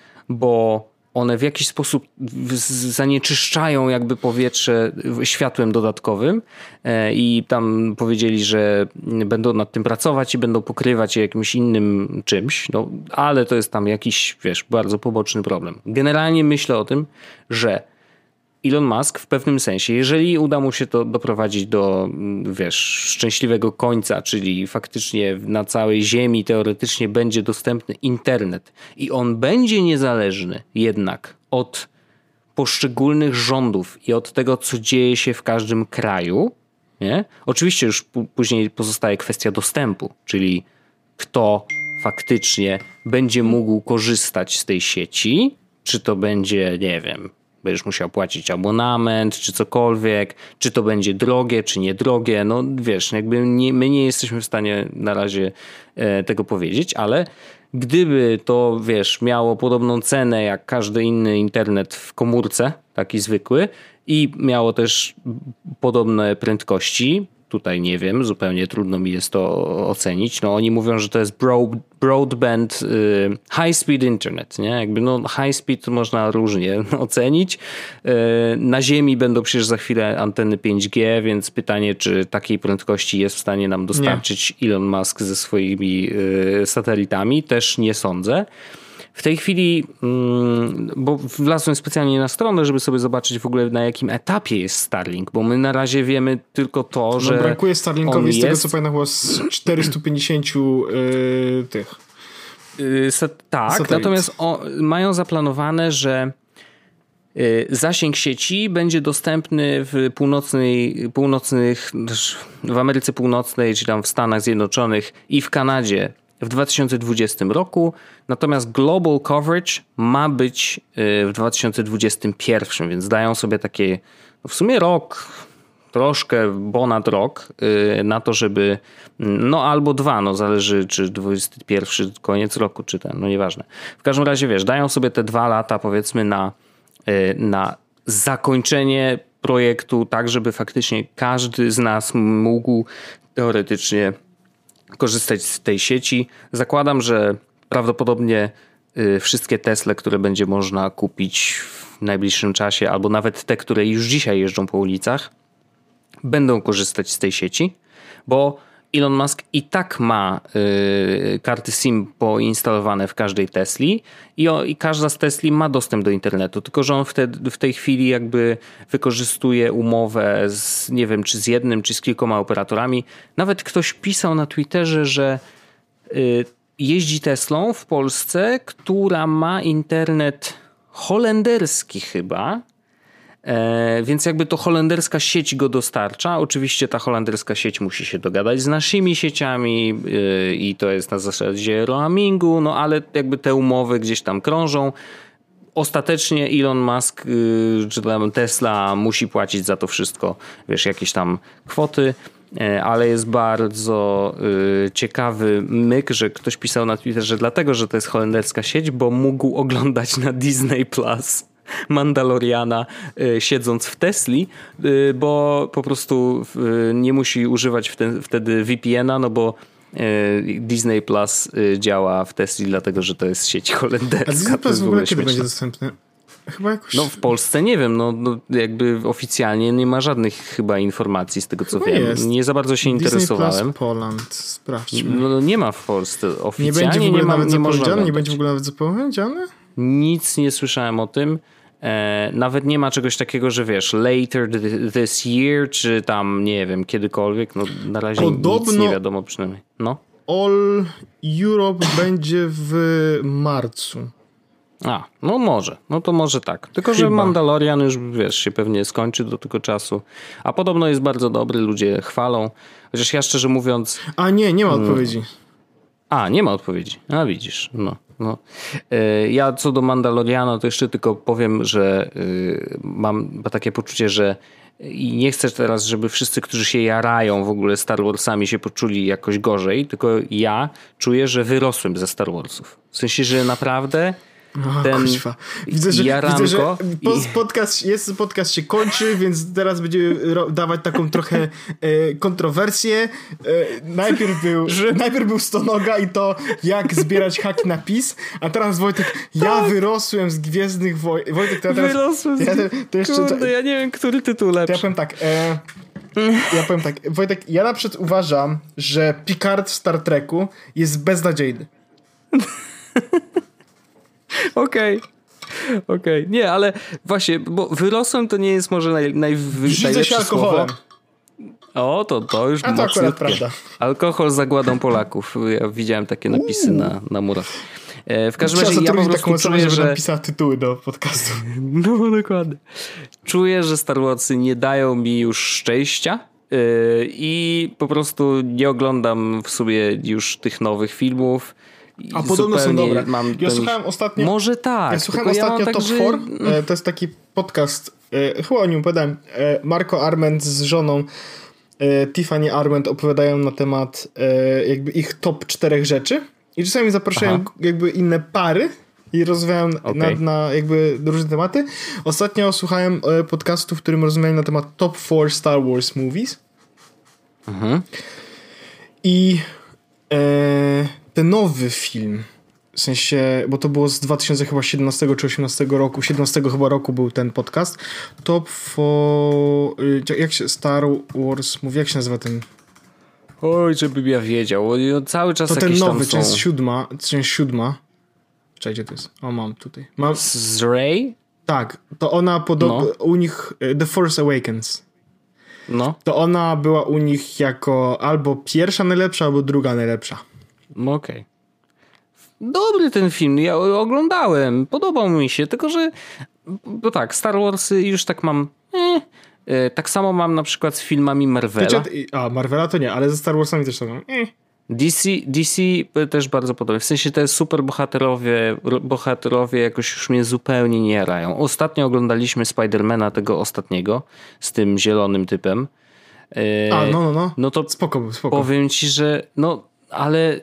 [SPEAKER 2] bo one w jakiś sposób zanieczyszczają jakby powietrze światłem dodatkowym i tam powiedzieli, że będą nad tym pracować i będą pokrywać je jakimś innym czymś, no ale to jest tam jakiś, wiesz, bardzo poboczny problem. Generalnie myślę o tym, że Elon Musk w pewnym sensie, jeżeli uda mu się to doprowadzić do, wiesz, szczęśliwego końca, czyli faktycznie na całej Ziemi teoretycznie będzie dostępny internet i on będzie niezależny jednak od poszczególnych rządów i od tego, co dzieje się w każdym kraju, nie? Oczywiście już p- później pozostaje kwestia dostępu, czyli kto faktycznie będzie mógł korzystać z tej sieci, czy to będzie, nie wiem, będziesz musiał płacić abonament, czy cokolwiek, czy to będzie drogie, czy niedrogie. No wiesz, jakby nie, my nie jesteśmy w stanie na razie e, tego powiedzieć, ale gdyby to, wiesz, miało podobną cenę jak każdy inny internet w komórce, taki zwykły, i miało też podobne prędkości, tutaj nie wiem, zupełnie trudno mi jest to ocenić. No oni mówią, że to jest broad, broadband y, high speed internet, nie? Jakby no high speed można różnie ocenić. Y, na Ziemi będą przecież za chwilę anteny pięć G, więc pytanie, czy takiej prędkości jest w stanie nam dostarczyć nie. Elon Musk ze swoimi y, satelitami, też nie sądzę. W tej chwili, bo wlazłem specjalnie na stronę, żeby sobie zobaczyć w ogóle na jakim etapie jest Starlink, bo my na razie wiemy tylko to, że
[SPEAKER 1] no, brakuje Starlinkowi z tego
[SPEAKER 2] jest...
[SPEAKER 1] co pamiętam chyba z czterystu pięćdziesięciu yy, tych.
[SPEAKER 2] Yy, sa- tak, Satelit. Natomiast o, mają zaplanowane, że yy, zasięg sieci będzie dostępny w północnej, północnych, w Ameryce Północnej, czy tam w Stanach Zjednoczonych i w Kanadzie w dwa tysiące dwudziestym roku, natomiast global coverage ma być w dwa tysiące dwudziestym pierwszym, więc dają sobie takie w sumie rok, troszkę ponad rok na to, żeby no albo dwa, no zależy czy dwudziesty pierwszy koniec roku, czy ten, no nieważne. W każdym razie wiesz, dają sobie te dwa lata powiedzmy na, na zakończenie projektu, tak żeby faktycznie każdy z nas mógł teoretycznie korzystać z tej sieci. Zakładam, że prawdopodobnie wszystkie Tesle, które będzie można kupić w najbliższym czasie, albo nawet te, które już dzisiaj jeżdżą po ulicach, będą korzystać z tej sieci, bo Elon Musk i tak ma y, karty SIM poinstalowane w każdej Tesli i, o, i każda z Tesli ma dostęp do internetu, tylko że on wtedy, w tej chwili jakby wykorzystuje umowę z, nie wiem, czy z jednym, czy z kilkoma operatorami. Nawet ktoś pisał na Twitterze, że y, jeździ Teslą w Polsce, która ma internet holenderski chyba, e, więc jakby to holenderska sieć go dostarcza. Oczywiście ta holenderska sieć musi się dogadać z naszymi sieciami e, i to jest na zasadzie roamingu, no ale jakby te umowy gdzieś tam krążą. Ostatecznie Elon Musk, y, czy tam Tesla musi płacić za to wszystko, wiesz, jakieś tam kwoty. Ale jest bardzo y, ciekawy myk, że ktoś pisał na Twitterze, dlatego, że to jest holenderska sieć, bo mógł oglądać na Disney Plus Mandaloriana y, siedząc w Tesli, y, bo po prostu y, nie musi używać wte, wtedy V P N a, no bo y, Disney Plus y, działa w Tesli, dlatego, że to jest sieć holenderska. A
[SPEAKER 1] Disney Plus w ogóle kiedy będzie dostępny? Chyba jakoś...
[SPEAKER 2] No w Polsce nie wiem, no, no jakby oficjalnie nie ma żadnych chyba informacji z tego co chyba wiem. Jest. Nie za bardzo się
[SPEAKER 1] Disney
[SPEAKER 2] interesowałem.
[SPEAKER 1] Plus Poland, sprawdźmy.
[SPEAKER 2] No nie ma w Polsce oficjalnie.
[SPEAKER 1] Nie będzie w ogóle
[SPEAKER 2] nie ma,
[SPEAKER 1] nawet
[SPEAKER 2] nie
[SPEAKER 1] zapowiedziane? Nie będzie w ogóle nawet zapowiedziane?
[SPEAKER 2] Nic nie słyszałem o tym. E, nawet nie ma czegoś takiego, że wiesz, later this year, czy tam nie wiem, kiedykolwiek. No na razie Podobno nic nie wiadomo przynajmniej. No.
[SPEAKER 1] All Europe będzie w marcu.
[SPEAKER 2] A, no może, no to może tak. Tylko, Chyba. że Mandalorian już, wiesz, się pewnie skończy do tego czasu. A podobno jest bardzo dobry, ludzie chwalą. Chociaż ja szczerze mówiąc...
[SPEAKER 1] A nie, nie ma odpowiedzi.
[SPEAKER 2] A, nie ma odpowiedzi. A widzisz, no. no. Ja co do Mandaloriana to jeszcze tylko powiem, że mam takie poczucie, że i nie chcę teraz, żeby wszyscy, którzy się jarają w ogóle Star Warsami się poczuli jakoś gorzej, tylko ja czuję, że wyrosłem ze Star Warsów. W sensie, że naprawdę...
[SPEAKER 1] O, ten kuźwa. Widzę, że, widzę, że podcast, jest, podcast się kończy, więc teraz będzie dawać taką trochę e, kontrowersję. E, najpierw, był, że... najpierw był Stonoga i to jak zbierać haki na PiS, a teraz Wojtek, ja tak. wyrosłem z Gwiezdnych Wojen. Wojtek, to ja teraz...
[SPEAKER 2] Wyrosłem z... Ja, to jeszcze, Kurde, ja nie wiem, który tytuł lepszy.
[SPEAKER 1] To ja powiem tak, e, ja powiem tak, Wojtek, ja na przykład uważam, że Picard w Star Treku jest beznadziejny.
[SPEAKER 2] Okej, okay. okej. Okay. Nie, ale właśnie, bo wyrosłem to nie jest może naj, naj, najlepsze
[SPEAKER 1] alkoholem.
[SPEAKER 2] O, to, to już
[SPEAKER 1] A to akurat prawda.
[SPEAKER 2] Alkohol zagładą Polaków. Ja widziałem takie napisy na, na murach. E, w każdym razie ja po prostu
[SPEAKER 1] taką
[SPEAKER 2] czuję,
[SPEAKER 1] żeby
[SPEAKER 2] że...
[SPEAKER 1] napisała tytuły do podcastu.
[SPEAKER 2] No, dokładnie. Czuję, że Star Warsy nie dają mi już szczęścia yy, i po prostu nie oglądam w sobie już tych nowych filmów.
[SPEAKER 1] A podobno są dobre.
[SPEAKER 2] Mam
[SPEAKER 1] ja słuchałem nich... ostatnio...
[SPEAKER 2] Może tak.
[SPEAKER 1] Ja słuchałem ostatnio
[SPEAKER 2] ja
[SPEAKER 1] Top
[SPEAKER 2] tak,
[SPEAKER 1] cztery. Że... To jest taki podcast, e, chyba o nim opowiadałem. E, Marco Arment z żoną e, Tiffany Arment opowiadają na temat e, jakby ich top czterech rzeczy. I czasami zapraszają Aha. jakby inne pary i rozmawiają okay. na, na jakby różne tematy. Ostatnio słuchałem e, podcastu, w którym rozmawiają na temat top cztery Star Wars movies.
[SPEAKER 2] Mhm.
[SPEAKER 1] I e, ten nowy film, w sensie, bo to było z dwa tysiące siedemnastego czy osiemnastego roku, siedemnastego chyba roku był ten podcast. Top for... Jak się Star Wars mówi? Jak się nazywa ten...
[SPEAKER 2] Oj, żebym ja wiedział. Cały czas
[SPEAKER 1] to ten
[SPEAKER 2] jakieś
[SPEAKER 1] nowy,
[SPEAKER 2] tam są...
[SPEAKER 1] część siódma. Część siódma. Czekajcie, to jest. O, mam tutaj. Mam...
[SPEAKER 2] Z Rey?
[SPEAKER 1] Tak. To ona podobno... No. U nich... The Force Awakens.
[SPEAKER 2] No.
[SPEAKER 1] To ona była u nich jako albo pierwsza najlepsza, albo druga najlepsza.
[SPEAKER 2] Okej. Okay. Dobry ten film, ja oglądałem, podobał mi się, tylko że bo tak, Star Warsy już tak mam eh, eh, tak samo mam na przykład z filmami Marvela.
[SPEAKER 1] A, Marvela to nie, ale ze Star Warsami też to mam eh.
[SPEAKER 2] D C, D C też bardzo podobnie. W sensie te super bohaterowie, bohaterowie jakoś już mnie zupełnie nie jarają. Ostatnio oglądaliśmy Spidermana, tego ostatniego, z tym zielonym typem.
[SPEAKER 1] A, no, no, no.
[SPEAKER 2] No to
[SPEAKER 1] spoko, spoko.
[SPEAKER 2] Powiem ci, że no, ale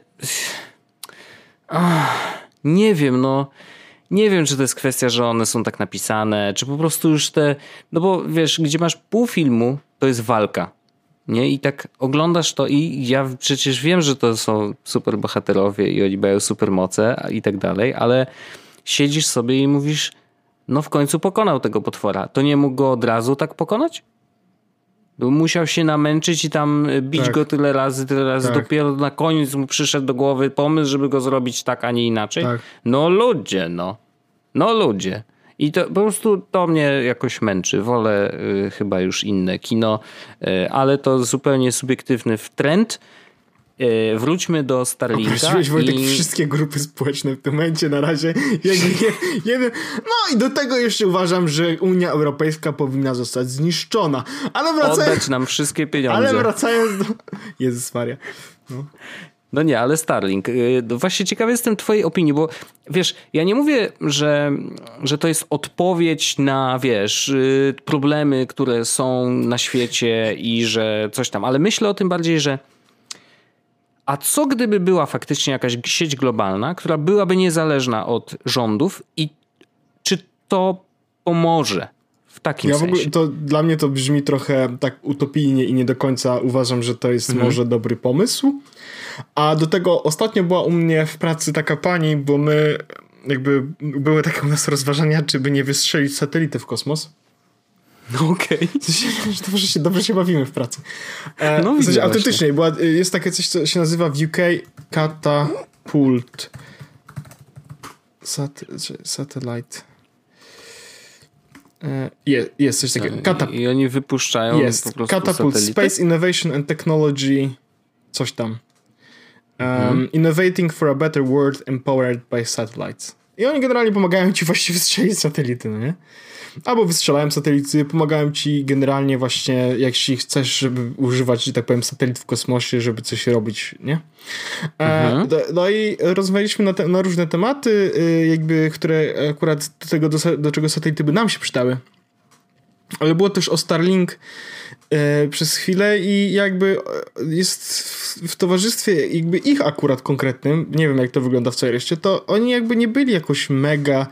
[SPEAKER 2] Ach, nie wiem, no nie wiem, czy to jest kwestia, że one są tak napisane, czy po prostu już te, no bo wiesz, gdzie masz pół filmu, to jest walka. Nie? I tak oglądasz to i ja przecież wiem, że to są super bohaterowie i oni mają super moce i tak dalej, ale siedzisz sobie i mówisz, no w końcu pokonał tego potwora. To nie mógł go od razu tak pokonać? Bo musiał się namęczyć i tam bić tak. go tyle razy, tyle razy. Tak. Dopiero na koniec mu przyszedł do głowy pomysł, żeby go zrobić tak, a nie inaczej. Tak. No ludzie, no. No ludzie. I to po prostu to mnie jakoś męczy. Wolę y, chyba już inne kino, y, ale to zupełnie subiektywny trend. Y, wróćmy do Starlinka.
[SPEAKER 1] Określiłeś, Wojtek, i... wszystkie grupy społeczne w tym momencie na razie. Jeden, jeden, no i do tego jeszcze uważam, że Unia Europejska powinna zostać zniszczona. Ale wracając...
[SPEAKER 2] Oddać nam wszystkie pieniądze.
[SPEAKER 1] Ale wracając do... Jezus Maria. No.
[SPEAKER 2] No nie, ale Starlink. Właśnie ciekawy jestem twojej opinii, bo wiesz, ja nie mówię, że, że to jest odpowiedź na, wiesz, problemy, które są na świecie i że coś tam, ale myślę o tym bardziej, że a co gdyby była faktycznie jakaś sieć globalna, która byłaby niezależna od rządów i czy to pomoże w takim
[SPEAKER 1] ja
[SPEAKER 2] sensie?
[SPEAKER 1] W ogóle to, dla mnie to brzmi trochę tak utopijnie i nie do końca uważam, że to jest mhm. może dobry pomysł. A do tego ostatnio była u mnie w pracy taka pani, bo my jakby były takie u nas rozważania, czy by nie wystrzelić satelity w kosmos.
[SPEAKER 2] No okej.
[SPEAKER 1] Okay. Dobrze, się, dobrze się bawimy w pracy. E, no, w sensie, autentycznie, była, jest takie coś, co się nazywa w U K Catapult. Sat, satellite. E, jest, jest coś takiego. Catap-
[SPEAKER 2] I oni wypuszczają
[SPEAKER 1] jest.
[SPEAKER 2] po prostu
[SPEAKER 1] Catapult
[SPEAKER 2] satelity?
[SPEAKER 1] Space Innovation and Technology coś tam. Um, mhm. Innovating for a better world empowered by satellites. I oni generalnie pomagają ci właściwie wystrzelić satelity, no nie? Albo wystrzelają satelity, pomagają ci generalnie właśnie, jeśli chcesz, żeby używać, że tak powiem, satelit w kosmosie, żeby coś robić, nie? Mhm. E, no i rozmawialiśmy na, te, na różne tematy, jakby, które akurat do tego, do, do czego satelity by nam się przydały. Ale było też o Starlink e, przez chwilę i jakby jest w, w towarzystwie jakby ich akurat konkretnym, nie wiem jak to wygląda w całej reszcie, to oni jakby nie byli jakoś mega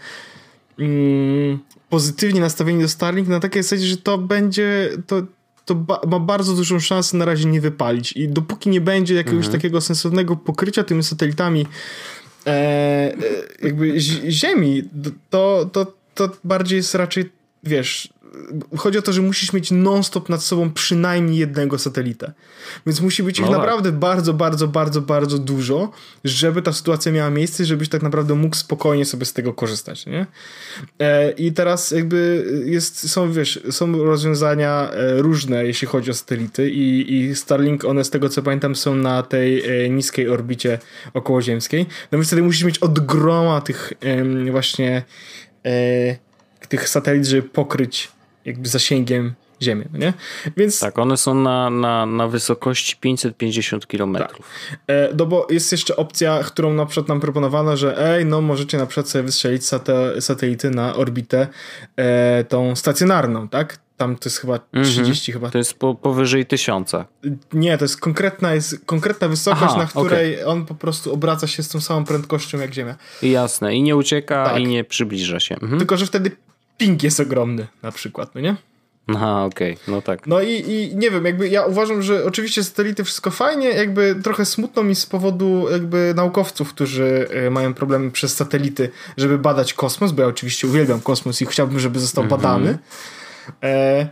[SPEAKER 1] mm, pozytywnie nastawieni do Starlink na takiej zasadzie, że to będzie, to, to ba- ma bardzo dużą szansę na razie nie wypalić i dopóki nie będzie jakiegoś mhm. takiego sensownego pokrycia tymi satelitami e, e, jakby z- Ziemi, to, to, to bardziej jest raczej, wiesz, chodzi o to, że musisz mieć non-stop nad sobą przynajmniej jednego satelita. Więc musi być ich no tak. naprawdę bardzo, bardzo, bardzo, bardzo dużo, żeby ta sytuacja miała miejsce, żebyś tak naprawdę mógł spokojnie sobie z tego korzystać, nie? E, I teraz jakby jest, są, wiesz, są rozwiązania różne, jeśli chodzi o satelity i, i Starlink, one z tego co pamiętam są na tej e, niskiej orbicie okołoziemskiej. No więc wtedy musisz mieć od groma tych e, właśnie e, tych satelit, żeby pokryć jakby zasięgiem Ziemię, no nie? Więc...
[SPEAKER 2] Tak, one są na, na, na wysokości pięćset pięćdziesiąt kilometrów.
[SPEAKER 1] Tak. E, no bo jest jeszcze opcja, którą na przykład nam proponowano, że ej, no możecie na przykład sobie wystrzelić sate- satelity na orbitę e, tą stacjonarną, tak? Tam to jest chyba trzydzieści mm-hmm. chyba.
[SPEAKER 2] To jest po, powyżej tysiąca.
[SPEAKER 1] Nie, to jest konkretna, jest konkretna wysokość, Aha, na której okay. on po prostu obraca się z tą samą prędkością jak Ziemia.
[SPEAKER 2] Jasne, i nie ucieka, tak. i nie przybliża się. Mhm.
[SPEAKER 1] Tylko, że wtedy ping jest ogromny na przykład, no nie?
[SPEAKER 2] Aha, okej, okay. no tak.
[SPEAKER 1] No i, i nie wiem, jakby ja uważam, że oczywiście satelity wszystko fajnie, jakby trochę smutno mi z powodu jakby naukowców, którzy mają problemy przez satelity, żeby badać kosmos, bo ja oczywiście uwielbiam kosmos i chciałbym, żeby został mm-hmm. badany. E,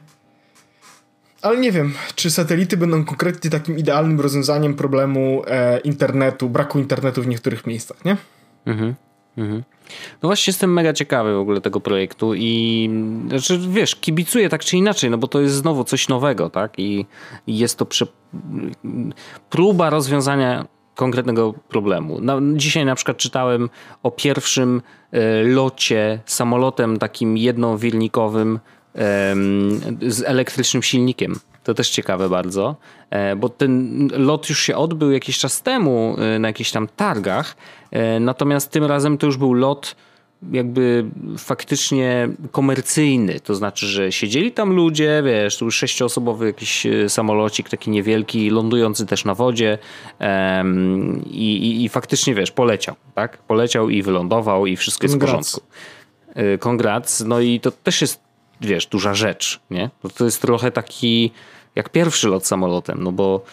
[SPEAKER 1] ale nie wiem, czy satelity będą konkretnie takim idealnym rozwiązaniem problemu e, internetu, braku internetu w niektórych miejscach, nie? Mhm.
[SPEAKER 2] Mhm. No właśnie jestem mega ciekawy w ogóle tego projektu i znaczy, wiesz, kibicuję tak czy inaczej, no bo to jest znowu coś nowego, tak? I, i jest to prze... próba rozwiązania konkretnego problemu. No, dzisiaj na przykład czytałem o pierwszym e, locie samolotem takim jednowilnikowym e, z elektrycznym silnikiem. To też ciekawe bardzo, bo ten lot już się odbył jakiś czas temu na jakichś tam targach, natomiast tym razem to już był lot jakby faktycznie komercyjny, to znaczy, że siedzieli tam ludzie, wiesz, tu sześcioosobowy jakiś samolocik taki niewielki, lądujący też na wodzie um, i, i, i faktycznie, wiesz, poleciał, tak? Poleciał i wylądował i wszystko jest
[SPEAKER 1] Congrats.
[SPEAKER 2] w porządku. Congrats, no i to też jest, wiesz, duża rzecz, nie? To jest trochę taki jak pierwszy lot samolotem, no bo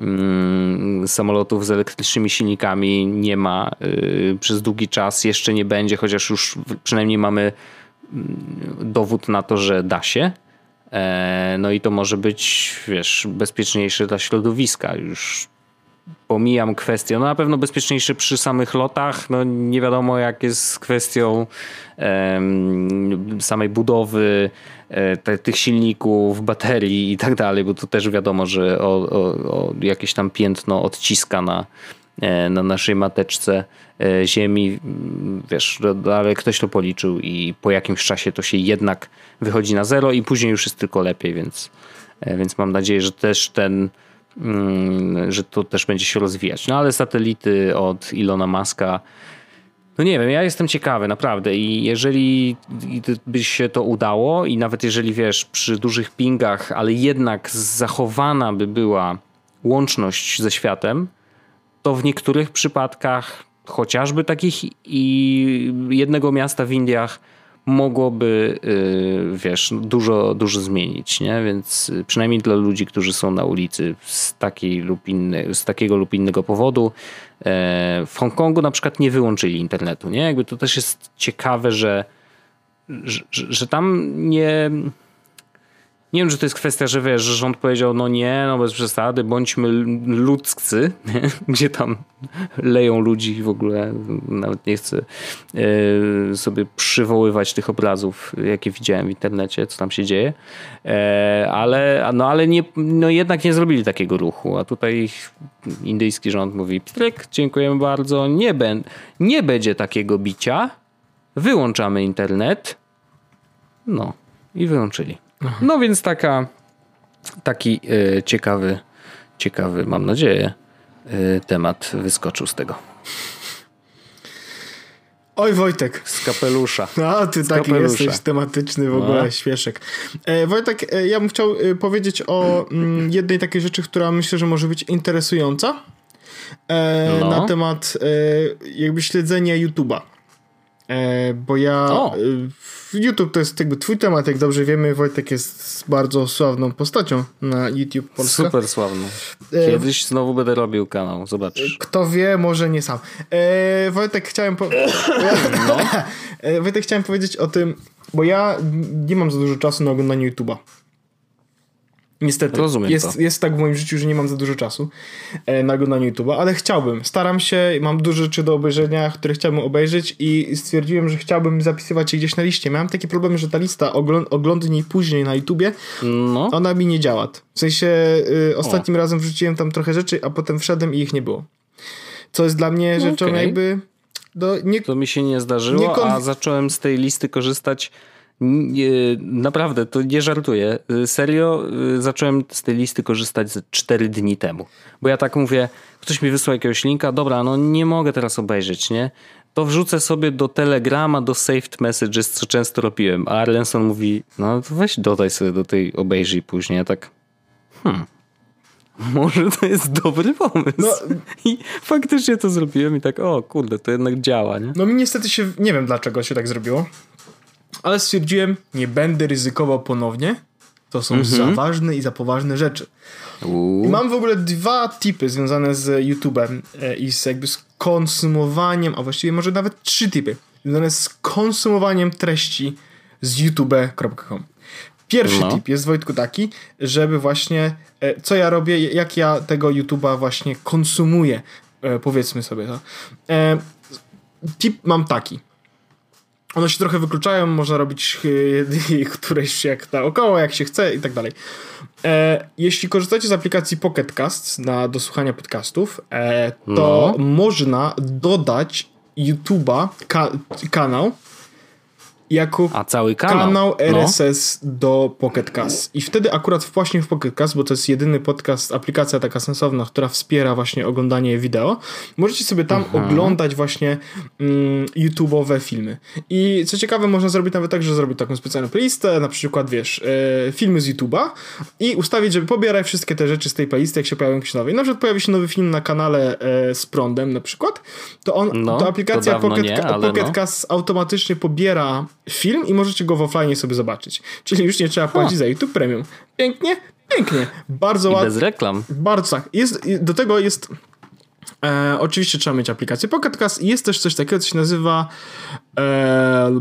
[SPEAKER 2] mm, samolotów z elektrycznymi silnikami nie ma yy, przez długi czas, jeszcze nie będzie, chociaż już przynajmniej mamy yy, dowód na to, że da się. E, no i to może być, wiesz, bezpieczniejsze dla środowiska. Już pomijam kwestię, no na pewno bezpieczniejsze przy samych lotach, no nie wiadomo jak jest z kwestią um, samej budowy e, te, tych silników, baterii i tak dalej, bo to też wiadomo, że o, o, o jakieś tam piętno odciska na, e, na naszej mateczce e, ziemi, wiesz, ale ktoś to policzył i po jakimś czasie to się jednak wychodzi na zero i później już jest tylko lepiej, więc, e, więc mam nadzieję, że też ten że to też będzie się rozwijać. No ale satelity od Ilona Muska, no nie wiem, ja jestem ciekawy naprawdę i jeżeli by się to udało i nawet jeżeli wiesz, przy dużych pingach, ale jednak zachowana by była łączność ze światem, to w niektórych przypadkach chociażby takich i jednego miasta w Indiach mogłoby, wiesz, dużo, dużo zmienić, nie? Więc przynajmniej dla ludzi, którzy są na ulicy z, takiej lub inny, z takiego lub innego powodu. W Hongkongu na przykład nie wyłączyli internetu, nie? Jakby to też jest ciekawe, że, że, że tam nie... Nie wiem, czy to jest kwestia, że wiesz, że rząd powiedział, no nie, no bez przesady, bądźmy ludzcy, nie? Gdzie tam leją ludzi w ogóle, nawet nie chcę e, sobie przywoływać tych obrazów, jakie widziałem w internecie, co tam się dzieje, e, ale, no, ale nie, no jednak nie zrobili takiego ruchu, a tutaj indyjski rząd mówi, pstryk, dziękujemy bardzo, nie, ben, nie będzie takiego bicia, wyłączamy internet, no i wyłączyli. No więc taka, taki y, ciekawy, ciekawy, mam nadzieję, y, temat wyskoczył z tego.
[SPEAKER 1] Oj Wojtek.
[SPEAKER 2] Z kapelusza.
[SPEAKER 1] A ty
[SPEAKER 2] z
[SPEAKER 1] taki
[SPEAKER 2] kapelusza.
[SPEAKER 1] jesteś tematyczny w ogóle, no. Świeżek. E, Wojtek, e, ja bym chciał e, powiedzieć o m, jednej takiej rzeczy, która myślę, że może być interesująca e,
[SPEAKER 2] no.
[SPEAKER 1] na temat e, jakby śledzenia YouTube'a. E, bo ja... E, YouTube to jest jakby twój temat, jak dobrze wiemy. Wojtek jest bardzo sławną postacią na YouTube Polska.
[SPEAKER 2] Super sławną. Kiedyś e, znowu będę robił kanał, zobaczysz.
[SPEAKER 1] Kto wie, może nie sam. E, Wojtek, chciałem po... no. e, Wojtek, chciałem powiedzieć o tym, bo ja nie mam za dużo czasu na oglądanie YouTube'a. Niestety.
[SPEAKER 2] Rozumiem
[SPEAKER 1] jest,
[SPEAKER 2] to.
[SPEAKER 1] jest tak w moim życiu, że nie mam za dużo czasu e, na oglądanie YouTube'a, ale chciałbym. Staram się, mam dużo rzeczy do obejrzenia, które chciałbym obejrzeć i stwierdziłem, że chciałbym zapisywać je gdzieś na liście. Miałem takie problemy, że ta lista oglą- oglądni później na YouTubie,
[SPEAKER 2] no.
[SPEAKER 1] ona mi nie działa. W sensie y, ostatnim o. razem wrzuciłem tam trochę rzeczy, a potem wszedłem i ich nie było. Co jest dla mnie rzeczą okay. jakby... Do, nie,
[SPEAKER 2] to mi się nie zdarzyło, nie kon... a zacząłem z tej listy korzystać... Nie, naprawdę, to nie żartuję. Serio, zacząłem z tej listy korzystać z cztery dni temu. Bo ja tak mówię, ktoś mi wysłał jakiegoś linka, dobra, no nie mogę teraz obejrzeć, nie? To wrzucę sobie do Telegrama, do Saved Messages, co często robiłem. A Arlenson mówi, no to weź dodaj sobie do tej, obejrzyj później. Ja tak, hmm, może to jest dobry pomysł. No, i faktycznie to zrobiłem i tak, o kurde, to jednak działa, nie?
[SPEAKER 1] No mi niestety się, nie wiem dlaczego się tak zrobiło. Ale stwierdziłem, nie będę ryzykował ponownie. To są mm-hmm. za ważne i za poważne rzeczy. I mam w ogóle dwa tipy związane z YouTube'em e, i z jakby z konsumowaniem, a właściwie może nawet trzy tipy związane z konsumowaniem treści z youtube kropka com. Pierwszy no. tip jest, Wojtku, taki, żeby właśnie e, co ja robię, jak ja tego YouTube'a właśnie konsumuję, e, powiedzmy sobie to. E, tip mam taki. One się trochę wykluczają, można robić yy, któreś jak naokoło, jak się chce i tak dalej. E, jeśli korzystacie z aplikacji Pocket Cast na do słuchania podcastów, e, to no. można dodać YouTube'a, ka- kanał jako
[SPEAKER 2] A cały kanał,
[SPEAKER 1] kanał R S S no. do Pocket Cast. I wtedy akurat właśnie w Pocket Cast, bo to jest jedyny podcast, aplikacja taka sensowna, która wspiera właśnie oglądanie wideo, możecie sobie tam mhm. oglądać właśnie mm, YouTube'owe filmy. I co ciekawe, można zrobić nawet tak, że zrobić taką specjalną playlistę, na przykład, wiesz, e, filmy z YouTube'a i ustawić, żeby pobierać wszystkie te rzeczy z tej playlisty, jak się pojawią jakieś nowe. I na przykład pojawi się nowy film na kanale e, z prądem na przykład, to on,
[SPEAKER 2] no,
[SPEAKER 1] to aplikacja
[SPEAKER 2] to
[SPEAKER 1] Pocket,
[SPEAKER 2] nie,
[SPEAKER 1] Pocket
[SPEAKER 2] no.
[SPEAKER 1] Cast automatycznie pobiera film i możecie go w offline sobie zobaczyć. Czyli już nie trzeba płacić ha. za YouTube Premium. Pięknie? Pięknie. Bardzo ładnie.
[SPEAKER 2] Bez reklam.
[SPEAKER 1] Bardzo tak. Jest, do tego jest e, oczywiście trzeba mieć aplikację Pocket Cast i jest też coś takiego, co się nazywa e,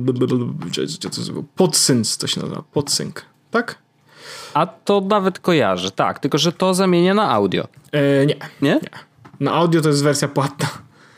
[SPEAKER 1] PodSync, to się nazywa. PodSync. Tak?
[SPEAKER 2] A to nawet kojarzę, tak. Tylko, że to zamienia na audio.
[SPEAKER 1] E, nie.
[SPEAKER 2] Nie?
[SPEAKER 1] Nie. Na audio to jest wersja płatna.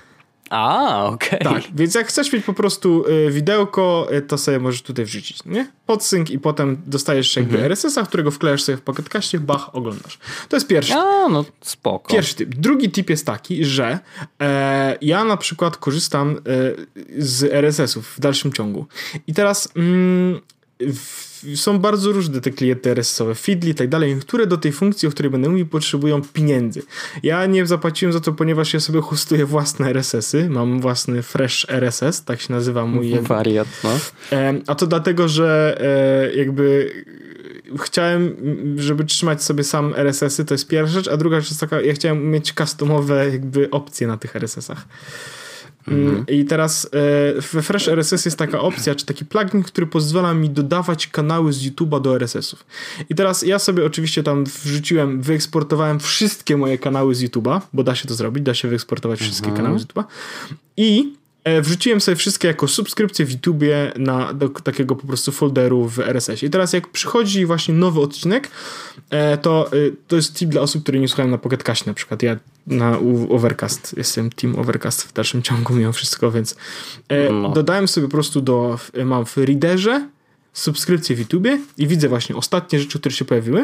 [SPEAKER 2] A, okej.
[SPEAKER 1] Okay. Tak, więc jak chcesz mieć po prostu y, widełko, y, to sobie możesz tutaj wrzucić, nie? Podsync i potem dostajesz jakby mhm. R S S a, którego wklejasz sobie w Pocket Castie, bach, oglądasz. To jest pierwszy.
[SPEAKER 2] A, no spoko.
[SPEAKER 1] Pierwszy typ. Drugi typ jest taki, że e, ja na przykład korzystam e, z R S S ów w dalszym ciągu. I teraz mm, w, są bardzo różne te klienty R S S owe, Feedly i tak dalej, które do tej funkcji, o której będę mówił, potrzebują pieniędzy. Ja nie zapłaciłem za to, ponieważ ja sobie hostuję własne R S S y, mam własny Fresh R S S, tak się nazywa mój...
[SPEAKER 2] Wariat, no.
[SPEAKER 1] E, a to dlatego, że e, jakby chciałem, żeby trzymać sobie sam R S S y, to jest pierwsza rzecz, a druga rzecz jest taka, ja chciałem mieć customowe jakby opcje na tych R S S ach. Mhm. I teraz we Fresh R S S jest taka opcja, czy taki plugin, który pozwala mi dodawać kanały z YouTube'a do R S S ów. I teraz ja sobie oczywiście tam wrzuciłem, wyeksportowałem wszystkie moje kanały z YouTube'a, bo da się to zrobić, da się wyeksportować wszystkie mhm. kanały z YouTube'a. I wrzuciłem sobie wszystkie jako subskrypcje w YouTubie na, do takiego po prostu folderu w R S S. I teraz jak przychodzi właśnie nowy odcinek, to, to jest tip dla osób, które nie słuchają na Pocket Cast na przykład. Ja na Overcast, jestem team Overcast w dalszym ciągu mimo wszystko, więc no. dodałem sobie po prostu do, mam w Readerze subskrypcję w YouTubie i widzę właśnie ostatnie rzeczy, które się pojawiły.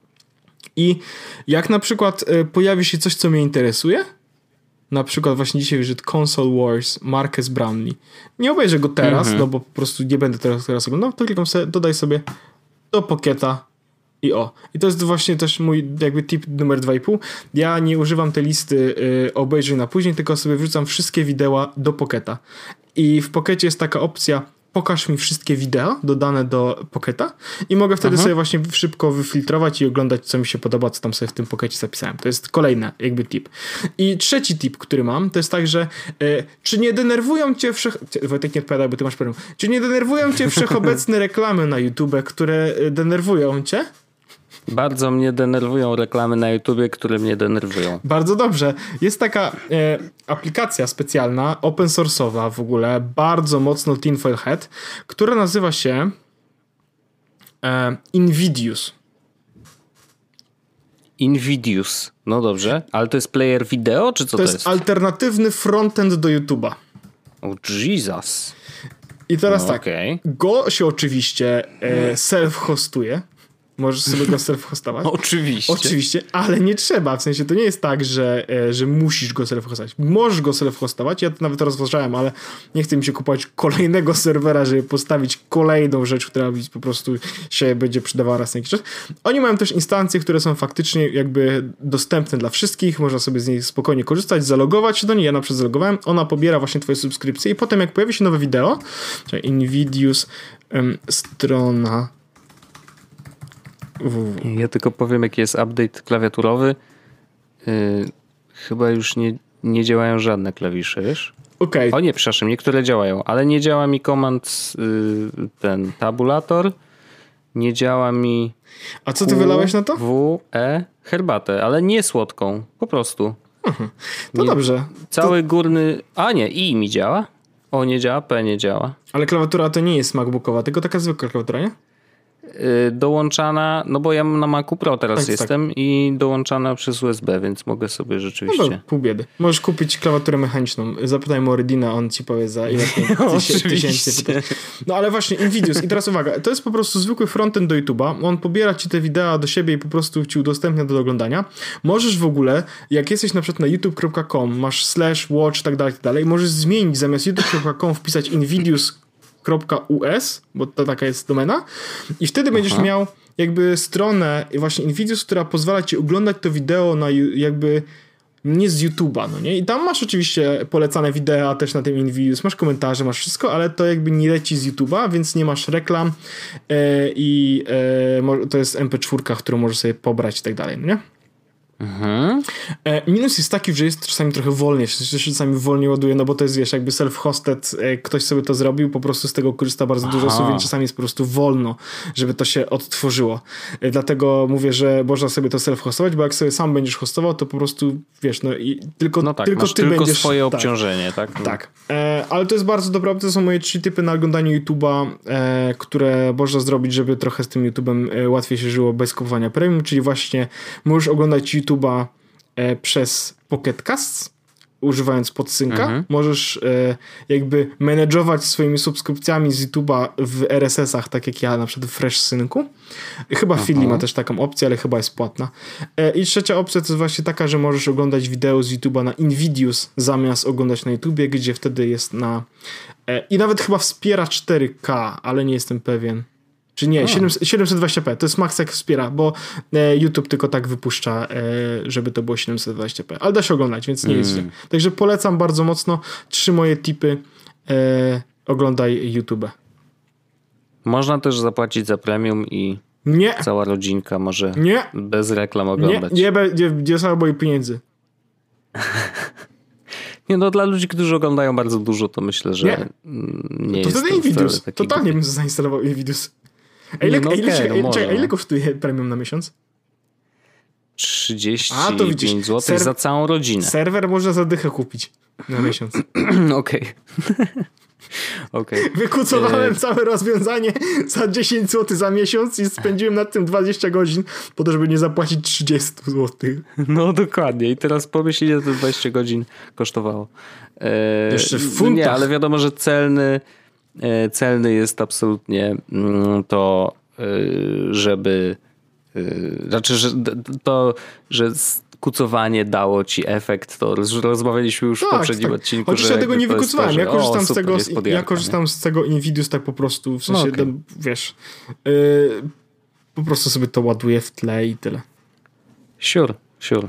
[SPEAKER 1] I jak na przykład pojawi się coś, co mnie interesuje, na przykład właśnie dzisiaj wyszedł Console Wars Marques Brownlee. Nie obejrzę go teraz, mm-hmm. no bo po prostu nie będę teraz, teraz oglądał, to klikam sobie, dodaj sobie do Pocketa i o. I to jest właśnie też mój jakby tip numer dwa i pół. Ja nie używam tej listy y, obejrzeń na później, tylko sobie wrzucam wszystkie wideo do Pocketa. I w Pockecie jest taka opcja pokaż mi wszystkie wideo dodane do Pocketa i mogę wtedy Aha. sobie właśnie szybko wyfiltrować i oglądać, co mi się podoba, co tam sobie w tym Pockecie zapisałem. To jest kolejny jakby tip. I trzeci tip, który mam, to jest tak, że y, czy nie denerwują cię wszech... Wojtek nie odpowiada, bo ty masz problem. Czy nie denerwują cię wszechobecne reklamy na YouTube, które denerwują cię?
[SPEAKER 2] Bardzo mnie denerwują reklamy na YouTubie, które mnie denerwują.
[SPEAKER 1] Bardzo dobrze. Jest taka e, aplikacja specjalna, open source'owa w ogóle, bardzo mocno tinfoil head, która nazywa się e, Invidious.
[SPEAKER 2] Invidious. No dobrze, ale to jest player wideo, czy co to,
[SPEAKER 1] to
[SPEAKER 2] jest?
[SPEAKER 1] To jest alternatywny frontend do YouTube'a.
[SPEAKER 2] Oh Jesus.
[SPEAKER 1] I teraz
[SPEAKER 2] no,
[SPEAKER 1] tak, okay. Go się oczywiście e, self-hostuje. Możesz sobie go self-hostować.
[SPEAKER 2] Oczywiście.
[SPEAKER 1] Oczywiście, ale nie trzeba. W sensie to nie jest tak, że, że musisz go self-hostować. Możesz go self-hostować. Ja to nawet rozważałem, ale nie chcę mi się kupować kolejnego serwera, żeby postawić kolejną rzecz, która po prostu się będzie przydawała raz na jakiś czas. Oni mają też instancje, które są faktycznie jakby dostępne dla wszystkich. Można sobie z nich spokojnie korzystać, zalogować się do niej. Ja na przykład zalogowałem. Ona pobiera właśnie twoje subskrypcje i potem jak pojawi się nowe wideo, czyli Invidious, um, strona
[SPEAKER 2] Ja tylko powiem, jaki jest update klawiaturowy. Yy, chyba już nie, nie działają żadne klawisze, wiesz?
[SPEAKER 1] Okej.
[SPEAKER 2] Okay. O nie, przepraszam, niektóre działają, ale nie działa mi komand yy, ten tabulator, nie działa mi
[SPEAKER 1] A co ty Q, wylałeś na to?
[SPEAKER 2] W, E, herbatę, ale nie słodką, po prostu.
[SPEAKER 1] Mhm. To nie, dobrze.
[SPEAKER 2] Cały
[SPEAKER 1] to...
[SPEAKER 2] górny, a nie, I mi działa. O nie działa, P nie działa.
[SPEAKER 1] Ale klawiatura to nie jest MacBookowa, tylko taka zwykła klawiatura, nie?
[SPEAKER 2] Dołączana, no bo ja na Macu Pro teraz tak, jestem tak. i dołączana przez U S B, więc mogę sobie rzeczywiście...
[SPEAKER 1] No pół biedy. Możesz kupić klawiaturę mechaniczną. Zapytaj Moridina, on ci powie za ile tysięcy. No ale właśnie, Invidious. I teraz uwaga, to jest po prostu zwykły frontend do YouTube'a. On pobiera ci te wideo do siebie i po prostu ci udostępnia do oglądania. Możesz w ogóle, jak jesteś na przykład na youtube kropka com, masz slash watch, tak dalej, tak dalej, możesz zmienić zamiast youtube kropka com wpisać Invidious kropka u s, bo to taka jest domena i wtedy Aha. będziesz miał jakby stronę właśnie Invidious, która pozwala ci oglądać to wideo na jakby nie z YouTube'a, no nie? I tam masz oczywiście polecane wideo też na tym Invidious, masz komentarze, masz wszystko, ale to jakby nie leci z YouTube'a, więc nie masz reklam e, i e, to jest em pe cztery, którą możesz sobie pobrać i tak dalej, no nie? Mhm. E, minus jest taki, że jest czasami trochę wolniej, że się czasami wolniej ładuje, no bo to jest, wiesz, jakby self-hosted, e, ktoś sobie to zrobił, po prostu z tego korzysta bardzo Aha. dużo osób, więc czasami jest po prostu wolno, żeby to się odtworzyło. E, dlatego mówię, że można sobie to self-hostować, bo jak sobie sam będziesz hostował, to po prostu, wiesz, no i tylko,
[SPEAKER 2] no tak,
[SPEAKER 1] tylko
[SPEAKER 2] ty
[SPEAKER 1] tylko
[SPEAKER 2] będziesz... swoje
[SPEAKER 1] tak,
[SPEAKER 2] obciążenie, tak?
[SPEAKER 1] Tak. E, ale to jest bardzo dobra, to są moje trzy typy na oglądanie YouTube'a, e, które można zrobić, żeby trochę z tym YouTube'em e, łatwiej się żyło bez kupowania premium, czyli właśnie możesz oglądać YouTube'a e, przez Pocket Casts, używając podsynka. Mhm. Możesz e, jakby menedżować swoimi subskrypcjami z YouTube'a w er es esach, tak jak ja na przykład w Fresh Syncu. Chyba Aha. Feedly ma też taką opcję, ale chyba jest płatna. E, I trzecia opcja to jest właśnie taka, że możesz oglądać wideo z YouTube'a na Invidious zamiast oglądać na YouTubie, gdzie wtedy jest na... E, I nawet chyba wspiera cztery K, ale nie jestem pewien. Czy nie, siedemset dwadzieścia p, to jest max jak wspiera, bo e, YouTube tylko tak wypuszcza, e, żeby to było siedemset dwadzieścia p, ale da się oglądać, więc nie mm. jest źle. Także polecam bardzo mocno, trzy moje tipy, e, oglądaj YouTube.
[SPEAKER 2] Można też zapłacić za premium i nie. cała rodzinka może nie. bez reklam oglądać.
[SPEAKER 1] Nie, nie, nie, nie sama moich pieniędzy.
[SPEAKER 2] Nie, no dla ludzi, którzy oglądają bardzo dużo, to myślę, że nie, nie
[SPEAKER 1] to
[SPEAKER 2] jest
[SPEAKER 1] wtedy Invidious. Totalnie bym zainstalował Invidious. A ile,
[SPEAKER 2] no
[SPEAKER 1] ile,
[SPEAKER 2] okay,
[SPEAKER 1] ile,
[SPEAKER 2] no
[SPEAKER 1] czekaj, a ile kosztuje premium na miesiąc?
[SPEAKER 2] trzydzieści pięć złotych za całą rodzinę.
[SPEAKER 1] Serwer można za dychę kupić na miesiąc.
[SPEAKER 2] Okej. Okay.
[SPEAKER 1] Wykucowałem e... całe rozwiązanie za dziesięć złotych za miesiąc i spędziłem nad tym dwadzieścia godzin po to, żeby nie zapłacić trzydzieści złotych.
[SPEAKER 2] No dokładnie. I teraz pomyśl, ile to dwadzieścia godzin kosztowało. E...
[SPEAKER 1] Jeszcze w funtach.
[SPEAKER 2] Nie, ale wiadomo, że celny celny jest absolutnie to, żeby znaczy, że to, że kucowanie dało ci efekt, to rozmawialiśmy już tak, w poprzednim tak. odcinku.
[SPEAKER 1] Chociaż ja tego nie wykucowałem, to, ja korzystam, o, z, tego, podjarka, ja korzystam z tego Invidious tak po prostu, w sensie, no okay. wiesz, yy, po prostu sobie to ładuję w tle i tyle.
[SPEAKER 2] Sure, sure.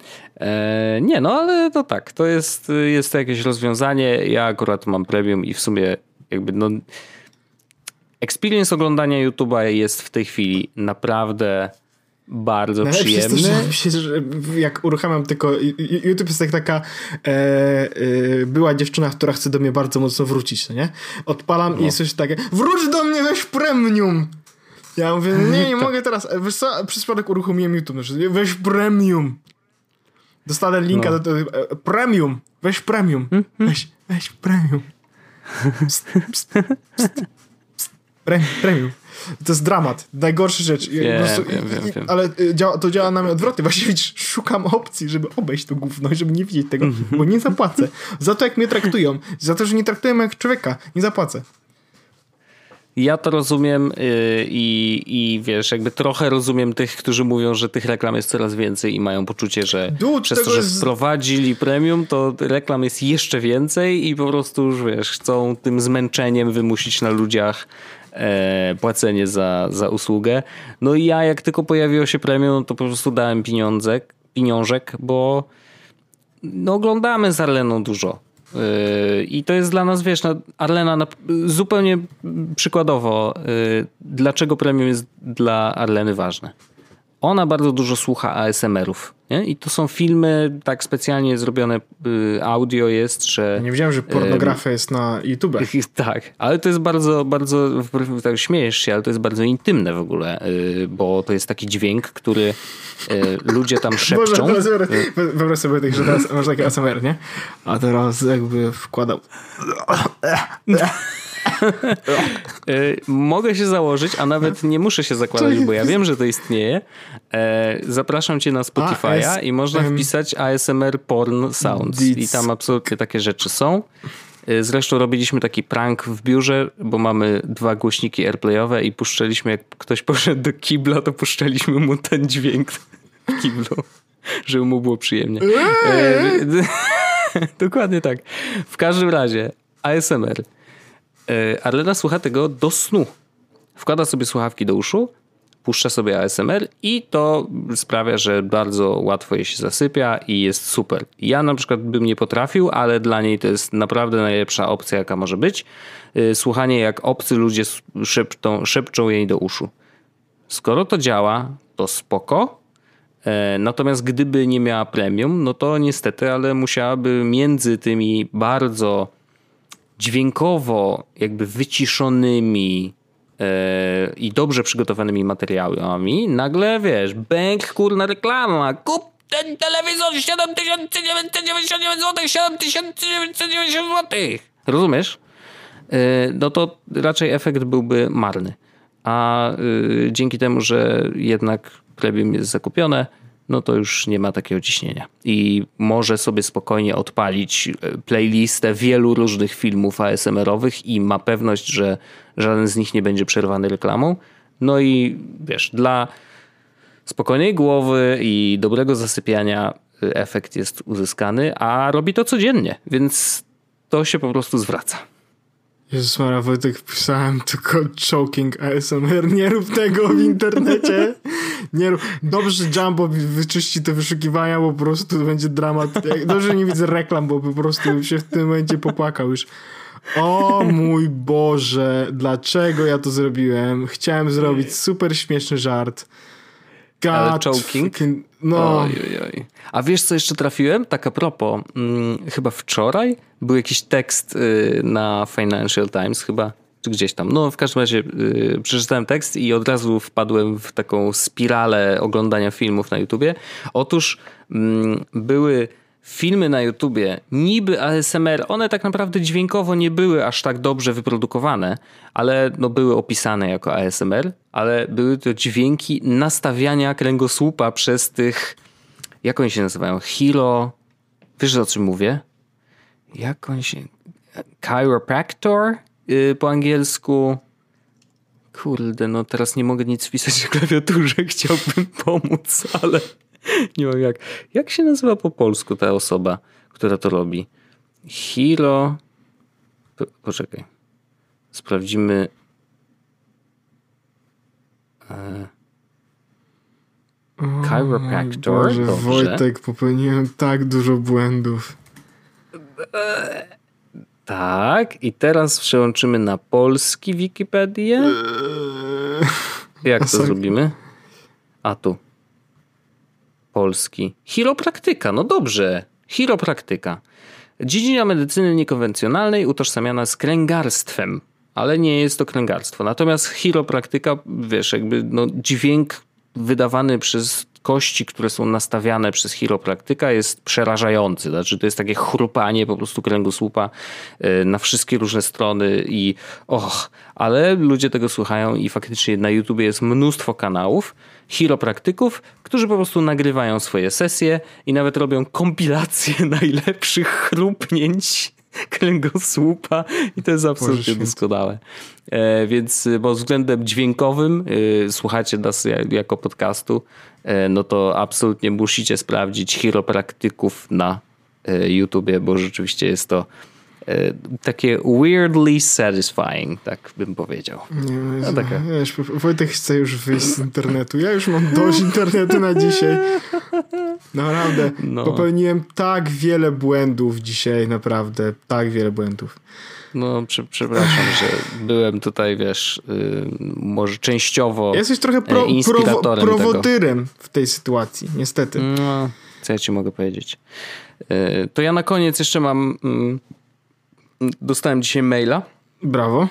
[SPEAKER 2] E, nie, no ale to tak, to jest, jest to jakieś rozwiązanie, ja akurat mam premium i w sumie jakby no experience oglądania YouTube'a jest w tej chwili naprawdę bardzo no, przyjemny. Jest to, że,
[SPEAKER 1] się, że jak uruchamiam tylko YouTube jest tak taka e, e, była dziewczyna, która chce do mnie bardzo mocno wrócić, no nie? Odpalam no. i jest coś takie, wróć do mnie, weź premium! Ja mówię, nie, nie mogę teraz, wiesz co, przez przypadek uruchomiłem YouTube, weź premium! Dostanę linka no. do, do premium, weź premium, weź, weź premium. Pst, pst, pst, pst. Premium. To jest dramat. Najgorsza rzecz.
[SPEAKER 2] Yeah,
[SPEAKER 1] po prostu,
[SPEAKER 2] wiem, wiem,
[SPEAKER 1] i,
[SPEAKER 2] wiem.
[SPEAKER 1] Ale działa, to działa na mnie odwrotnie. Właśnie widzisz, szukam opcji, żeby obejść to gówno i żeby nie widzieć tego, bo nie zapłacę. Za to, jak mnie traktują. Za to, że nie traktują jak człowieka. Nie zapłacę.
[SPEAKER 2] Ja to rozumiem yy, i, i wiesz, jakby trochę rozumiem tych, którzy mówią, że tych reklam jest coraz więcej i mają poczucie, że
[SPEAKER 1] Dude,
[SPEAKER 2] przez to, że jest... wprowadzili premium, to reklam jest jeszcze więcej i po prostu już wiesz, chcą tym zmęczeniem wymusić na ludziach e, płacenie za, za usługę. No i ja jak tylko pojawiło się premium, to po prostu dałem pieniądzek, pieniążek, bo no, oglądamy z Arleną dużo. I to jest dla nas, wiesz, no, Arlena na, zupełnie przykładowo, yy, dlaczego premium jest dla Arleny ważne. Ona bardzo dużo słucha A S M R-ów. Nie? I to są filmy tak specjalnie zrobione, yy, audio jest, że...
[SPEAKER 1] Nie wiedziałem, że pornografia yy, jest na YouTube.
[SPEAKER 2] Tak, ale to jest bardzo, bardzo, tak śmiejesz się, ale to jest bardzo intymne w ogóle, yy, bo to jest taki dźwięk, który yy, ludzie tam szepczą.
[SPEAKER 1] Boże, yy. Wyobraź sobie, tak, że teraz masz taki A S M R, nie? A teraz jakby wkładał...
[SPEAKER 2] Mogę się założyć, a nawet nie muszę się zakładać, bo ja wiem, że to istnieje. Zapraszam cię na Spotify'a i można wpisać A S M R Porn Sounds i tam absolutnie takie rzeczy są. Zresztą robiliśmy taki prank w biurze, bo mamy dwa głośniki airplayowe i puszczaliśmy, jak ktoś poszedł do kibla, to puszczaliśmy mu ten dźwięk w kiblu, żeby mu było przyjemnie. Dokładnie tak. W każdym razie A S M R. Arlena słucha tego do snu. Wkłada sobie słuchawki do uszu, puszcza sobie A S M R i to sprawia, że bardzo łatwo jej się zasypia i jest super. Ja na przykład bym nie potrafił, ale dla niej to jest naprawdę najlepsza opcja, jaka może być. Słuchanie, jak obcy ludzie szepczą, szepczą jej do uszu. Skoro to działa, to spoko. Natomiast gdyby nie miała premium, no to niestety, ale musiałaby między tymi bardzo dźwiękowo jakby wyciszonymi i dobrze przygotowanymi materiałami, nagle wiesz, bęk, kurna reklama, kup ten telewizor siedem tysięcy dziewięćset dziewięćdziesiąt dziewięć złotych, siedem tysięcy dziewięćset dziewięćdziesiąt złotych. Rozumiesz? No to raczej efekt byłby marny. A dzięki temu, że jednak premium jest zakupione, no to już nie ma takiego ciśnienia. I może sobie spokojnie odpalić playlistę wielu różnych filmów A S M R-owych i ma pewność, że żaden z nich nie będzie przerwany reklamą. No i wiesz, dla spokojnej głowy i dobrego zasypiania efekt jest uzyskany, a robi to codziennie, więc to się po prostu zwraca.
[SPEAKER 1] Jezus Maria, Wojtek, pisałem tylko choking A S M R, nie rób tego w internecie. Nie rób. Dobrze, że Jumbo wyczyści te wyszukiwania, bo po prostu to będzie dramat. Dobrze, że nie widzę reklam, bo po prostu się w tym momencie popłakał już. O mój Boże, dlaczego ja to zrobiłem? Chciałem zrobić super śmieszny żart. God,
[SPEAKER 2] ale choking?
[SPEAKER 1] Fucking, no.
[SPEAKER 2] Oj, oj, oj. A wiesz, co jeszcze trafiłem? Tak a propos, hmm, chyba wczoraj był jakiś tekst y, na Financial Times chyba, czy gdzieś tam. No w każdym razie y, przeczytałem tekst i od razu wpadłem w taką spiralę oglądania filmów na YouTubie. Otóż mm, były filmy na YouTubie, niby A S M R, one tak naprawdę dźwiękowo nie były aż tak dobrze wyprodukowane, ale no były opisane jako A S M R, ale były to dźwięki nastawiania kręgosłupa przez tych, jak oni się nazywają? Hero, wiesz o czym mówię? Jak on się... Chiropractor yy, po angielsku. Kurde, no teraz nie mogę nic wpisać na klawiaturze, chciałbym pomóc, ale... Nie wiem jak. Jak się nazywa po polsku ta osoba, która to robi? Hiro... Poczekaj. Sprawdzimy... E... Chiropractor.
[SPEAKER 1] Boże,
[SPEAKER 2] Dobrze.
[SPEAKER 1] Wojtek, popełniłem tak dużo błędów.
[SPEAKER 2] E... Tak. I teraz przełączymy na polski Wikipedię.
[SPEAKER 1] Eee...
[SPEAKER 2] Jak to zrobimy? A tu. Polski. Chiropraktyka, no dobrze. Chiropraktyka. Dziedzina medycyny niekonwencjonalnej utożsamiana z kręgarstwem, ale nie jest to kręgarstwo. Natomiast chiropraktyka, wiesz, jakby no, dźwięk wydawany przez kości, które są nastawiane przez chiropraktyka jest przerażający. Znaczy to jest takie chrupanie po prostu kręgosłupa na wszystkie różne strony i och, ale ludzie tego słuchają i faktycznie na YouTubie jest mnóstwo kanałów chiropraktyków, którzy po prostu nagrywają swoje sesje i nawet robią kompilację najlepszych chrupnięć kręgosłupa i to jest absolutnie doskonałe. E, więc pod względem dźwiękowym e, słuchacie nas jako podcastu, e, no to absolutnie musicie sprawdzić chiropraktyków na e, YouTubie, bo rzeczywiście jest to e, takie weirdly satisfying, tak bym powiedział.
[SPEAKER 1] Nie,
[SPEAKER 2] no, taka.
[SPEAKER 1] Wiesz, Wojtek chce już wyjść z internetu. Ja już mam dość internetu na dzisiaj. Naprawdę. No. Popełniłem tak wiele błędów dzisiaj, naprawdę. Tak wiele błędów.
[SPEAKER 2] No, prze, przepraszam, że byłem tutaj, wiesz, yy, może częściowo
[SPEAKER 1] Jesteś trochę pro,
[SPEAKER 2] inspiratorem
[SPEAKER 1] prowo, prowotyrem tego. W tej sytuacji, niestety.
[SPEAKER 2] No, co ja ci mogę powiedzieć? Yy, to ja na koniec jeszcze mam... Yy, dostałem dzisiaj maila.
[SPEAKER 1] Brawo.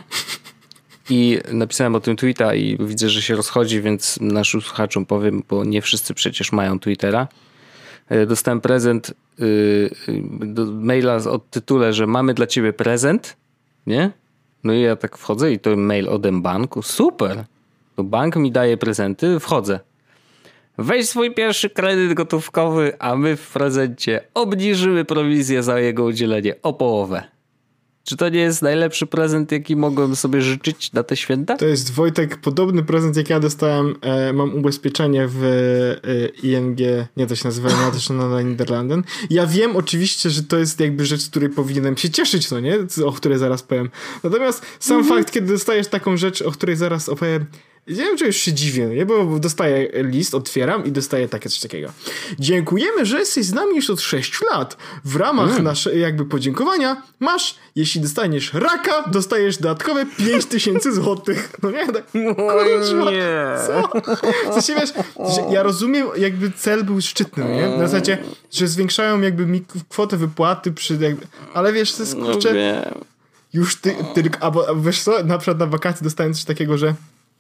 [SPEAKER 2] I napisałem o tym tweeta i widzę, że się rozchodzi, więc naszym słuchaczom powiem, bo nie wszyscy przecież mają Twittera. Dostałem prezent, yy, do maila od tytule, że mamy dla ciebie prezent, nie? No i ja tak wchodzę i to mail ode banku. Super! To bank mi daje prezenty, wchodzę. Weź swój pierwszy kredyt gotówkowy, a my w prezencie obniżymy prowizję za jego udzielenie o połowę. Czy to nie jest najlepszy prezent, jaki mogłem sobie życzyć na te święta?
[SPEAKER 1] To jest, Wojtek, podobny prezent, jak ja dostałem. E, mam ubezpieczenie w e, I N G, nie, to się nazywa Nationale Nederlanden. Ja wiem oczywiście, że to jest jakby rzecz, z której powinienem się cieszyć, no nie? O której zaraz powiem. Natomiast sam mhm. fakt, kiedy dostajesz taką rzecz, o której zaraz opowiem, nie wiem, czy już się dziwię, nie? Bo dostaję list, otwieram i dostaję takie coś takiego. Dziękujemy, że jesteś z nami już od sześciu lat. W ramach mm. naszej jakby podziękowania masz, jeśli dostaniesz raka, dostajesz dodatkowe pięć tysięcy złotych. No nie? Tak, kurczę,
[SPEAKER 2] nie.
[SPEAKER 1] Co? W sensie, wiesz, że ja rozumiem, jakby cel był szczytny, nie? Na zasadzie, że zwiększają jakby mi kwotę wypłaty przy jakby, ale wiesz, to jest, kurczę, no już ty, tylko, albo wiesz co, na przykład na wakacje dostałem coś takiego, że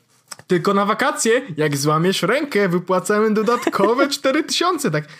[SPEAKER 1] tylko na wakacje, jak złamiesz rękę, wypłacamy dodatkowe cztery tysiące. Tak,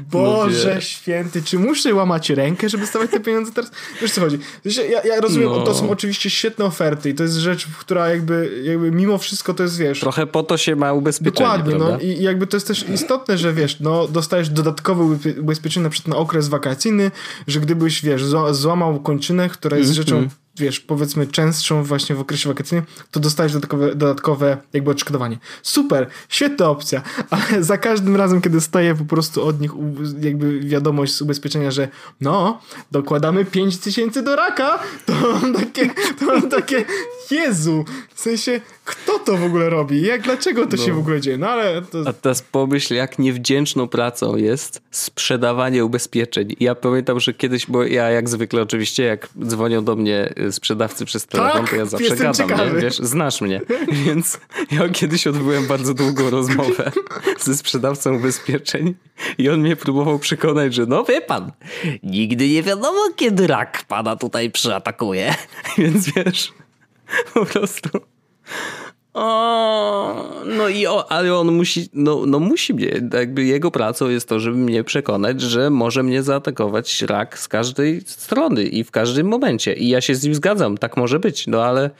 [SPEAKER 1] Boże no święty, czy muszę łamać rękę, żeby stawiać te pieniądze teraz? Wiesz co chodzi? Ja, ja rozumiem, no. To są oczywiście świetne oferty i to jest rzecz, która jakby, jakby mimo wszystko to jest, wiesz...
[SPEAKER 2] Trochę po to się ma ubezpieczenie,
[SPEAKER 1] dokładnie,
[SPEAKER 2] prawda?
[SPEAKER 1] No i jakby to jest też istotne, że wiesz, no dostajesz dodatkowe ubezpieczenie na przykład na okres wakacyjny, że gdybyś, wiesz, złamał kończynę, która jest mm-hmm. rzeczą, wiesz, powiedzmy częstszą właśnie w okresie wakacyjnym, to dostajesz dodatkowe, dodatkowe jakby odszkodowanie. Super, świetna opcja, ale za każdym razem, kiedy dostaję po prostu od nich jakby wiadomość z ubezpieczenia, że no, dokładamy pięć tysięcy do raka, to mam takie, to mam takie, Jezu, w sensie, kto to w ogóle robi? Jak, dlaczego to no. się w ogóle dzieje? No ale to...
[SPEAKER 2] A teraz pomyśl, jak niewdzięczną pracą jest sprzedawanie ubezpieczeń. Ja pamiętam, że kiedyś, bo ja jak zwykle oczywiście, jak dzwonią do mnie sprzedawcy przez telefon, tak? To ja zawsze gadam, nie? Wiesz, znasz mnie. Więc ja kiedyś odbyłem bardzo długą rozmowę ze sprzedawcą ubezpieczeń i on mnie próbował przekonać, że no wie pan, nigdy nie wiadomo, kiedy rak pana tutaj przyatakuje. Więc wiesz, po prostu... O, no i o, ale on musi, no, no musi mnie, jakby jego pracą jest to, żeby mnie przekonać, że może mnie zaatakować rak z każdej strony i w każdym momencie. I ja się z nim zgadzam, tak może być, no ale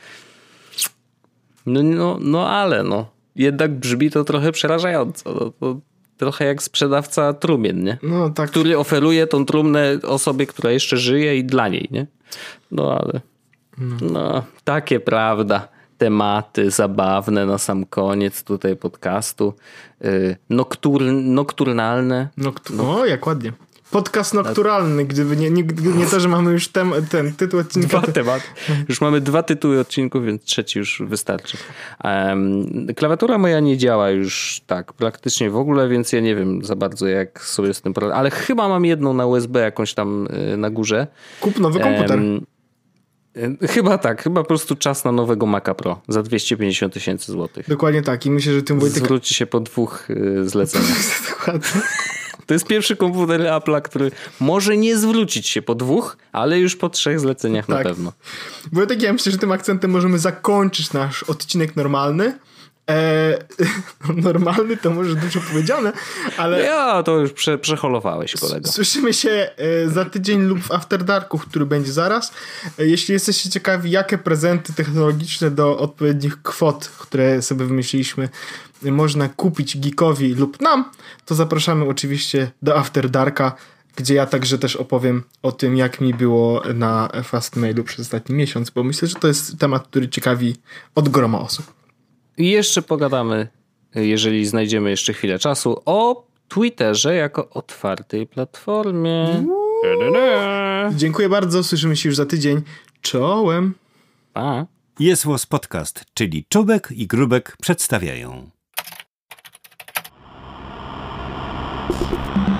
[SPEAKER 2] no, no, no ale no, jednak brzmi to trochę przerażająco, no, to trochę jak sprzedawca trumien, nie?
[SPEAKER 1] No, tak.
[SPEAKER 2] Który oferuje tą trumnę osobie, która jeszcze żyje i dla niej, nie? No ale no, no takie prawda. Tematy zabawne na sam koniec tutaj podcastu. Yy, noktur, nokturnalne.
[SPEAKER 1] Noktu- no, jak ładnie. Podcast nokturalny, gdyby nie, nie, nie to, że mamy już tem, ten tytuł odcinka.
[SPEAKER 2] Dwa to... tematy. Już mamy dwa tytuły odcinków, więc trzeci już wystarczy. Um, klawiatura moja nie działa już tak praktycznie w ogóle, więc ja nie wiem za bardzo, jak sobie z tym poradzę. Ale chyba mam jedną na U S B jakąś tam yy, na górze.
[SPEAKER 1] Kup nowy komputer. Um,
[SPEAKER 2] Chyba tak, chyba po prostu czas na nowego Maca Pro za dwieście pięćdziesiąt tysięcy złotych.
[SPEAKER 1] Dokładnie tak i myślę, że tym Wojtek...
[SPEAKER 2] Zwróci się po dwóch y, zleceniach. Dokładnie. To jest pierwszy komputer Apple'a, który może nie zwrócić się po dwóch, ale już po trzech zleceniach tak. Na pewno.
[SPEAKER 1] Wojtek, ja myślę, że tym akcentem możemy zakończyć nasz odcinek normalny. Eee, normalny to może dużo powiedziane, ale...
[SPEAKER 2] Ja, to już prze, przeholowałeś, kolego.
[SPEAKER 1] Słyszymy się e, za tydzień lub w After Darku, który będzie zaraz. E, jeśli jesteście ciekawi, jakie prezenty technologiczne do odpowiednich kwot, które sobie wymyśliliśmy, e, można kupić geekowi lub nam, to zapraszamy oczywiście do After Darka, gdzie ja także też opowiem o tym, jak mi było na Fastmailu przez ostatni miesiąc, bo myślę, że to jest temat, który ciekawi od groma osób.
[SPEAKER 2] I jeszcze pogadamy, jeżeli znajdziemy jeszcze chwilę czasu, o Twitterze jako otwartej platformie.
[SPEAKER 1] Dziękuję bardzo, słyszymy się już za tydzień. Czołem.
[SPEAKER 2] Pa.
[SPEAKER 3] Jest Łos Podcast, czyli Czubek i Grubek przedstawiają.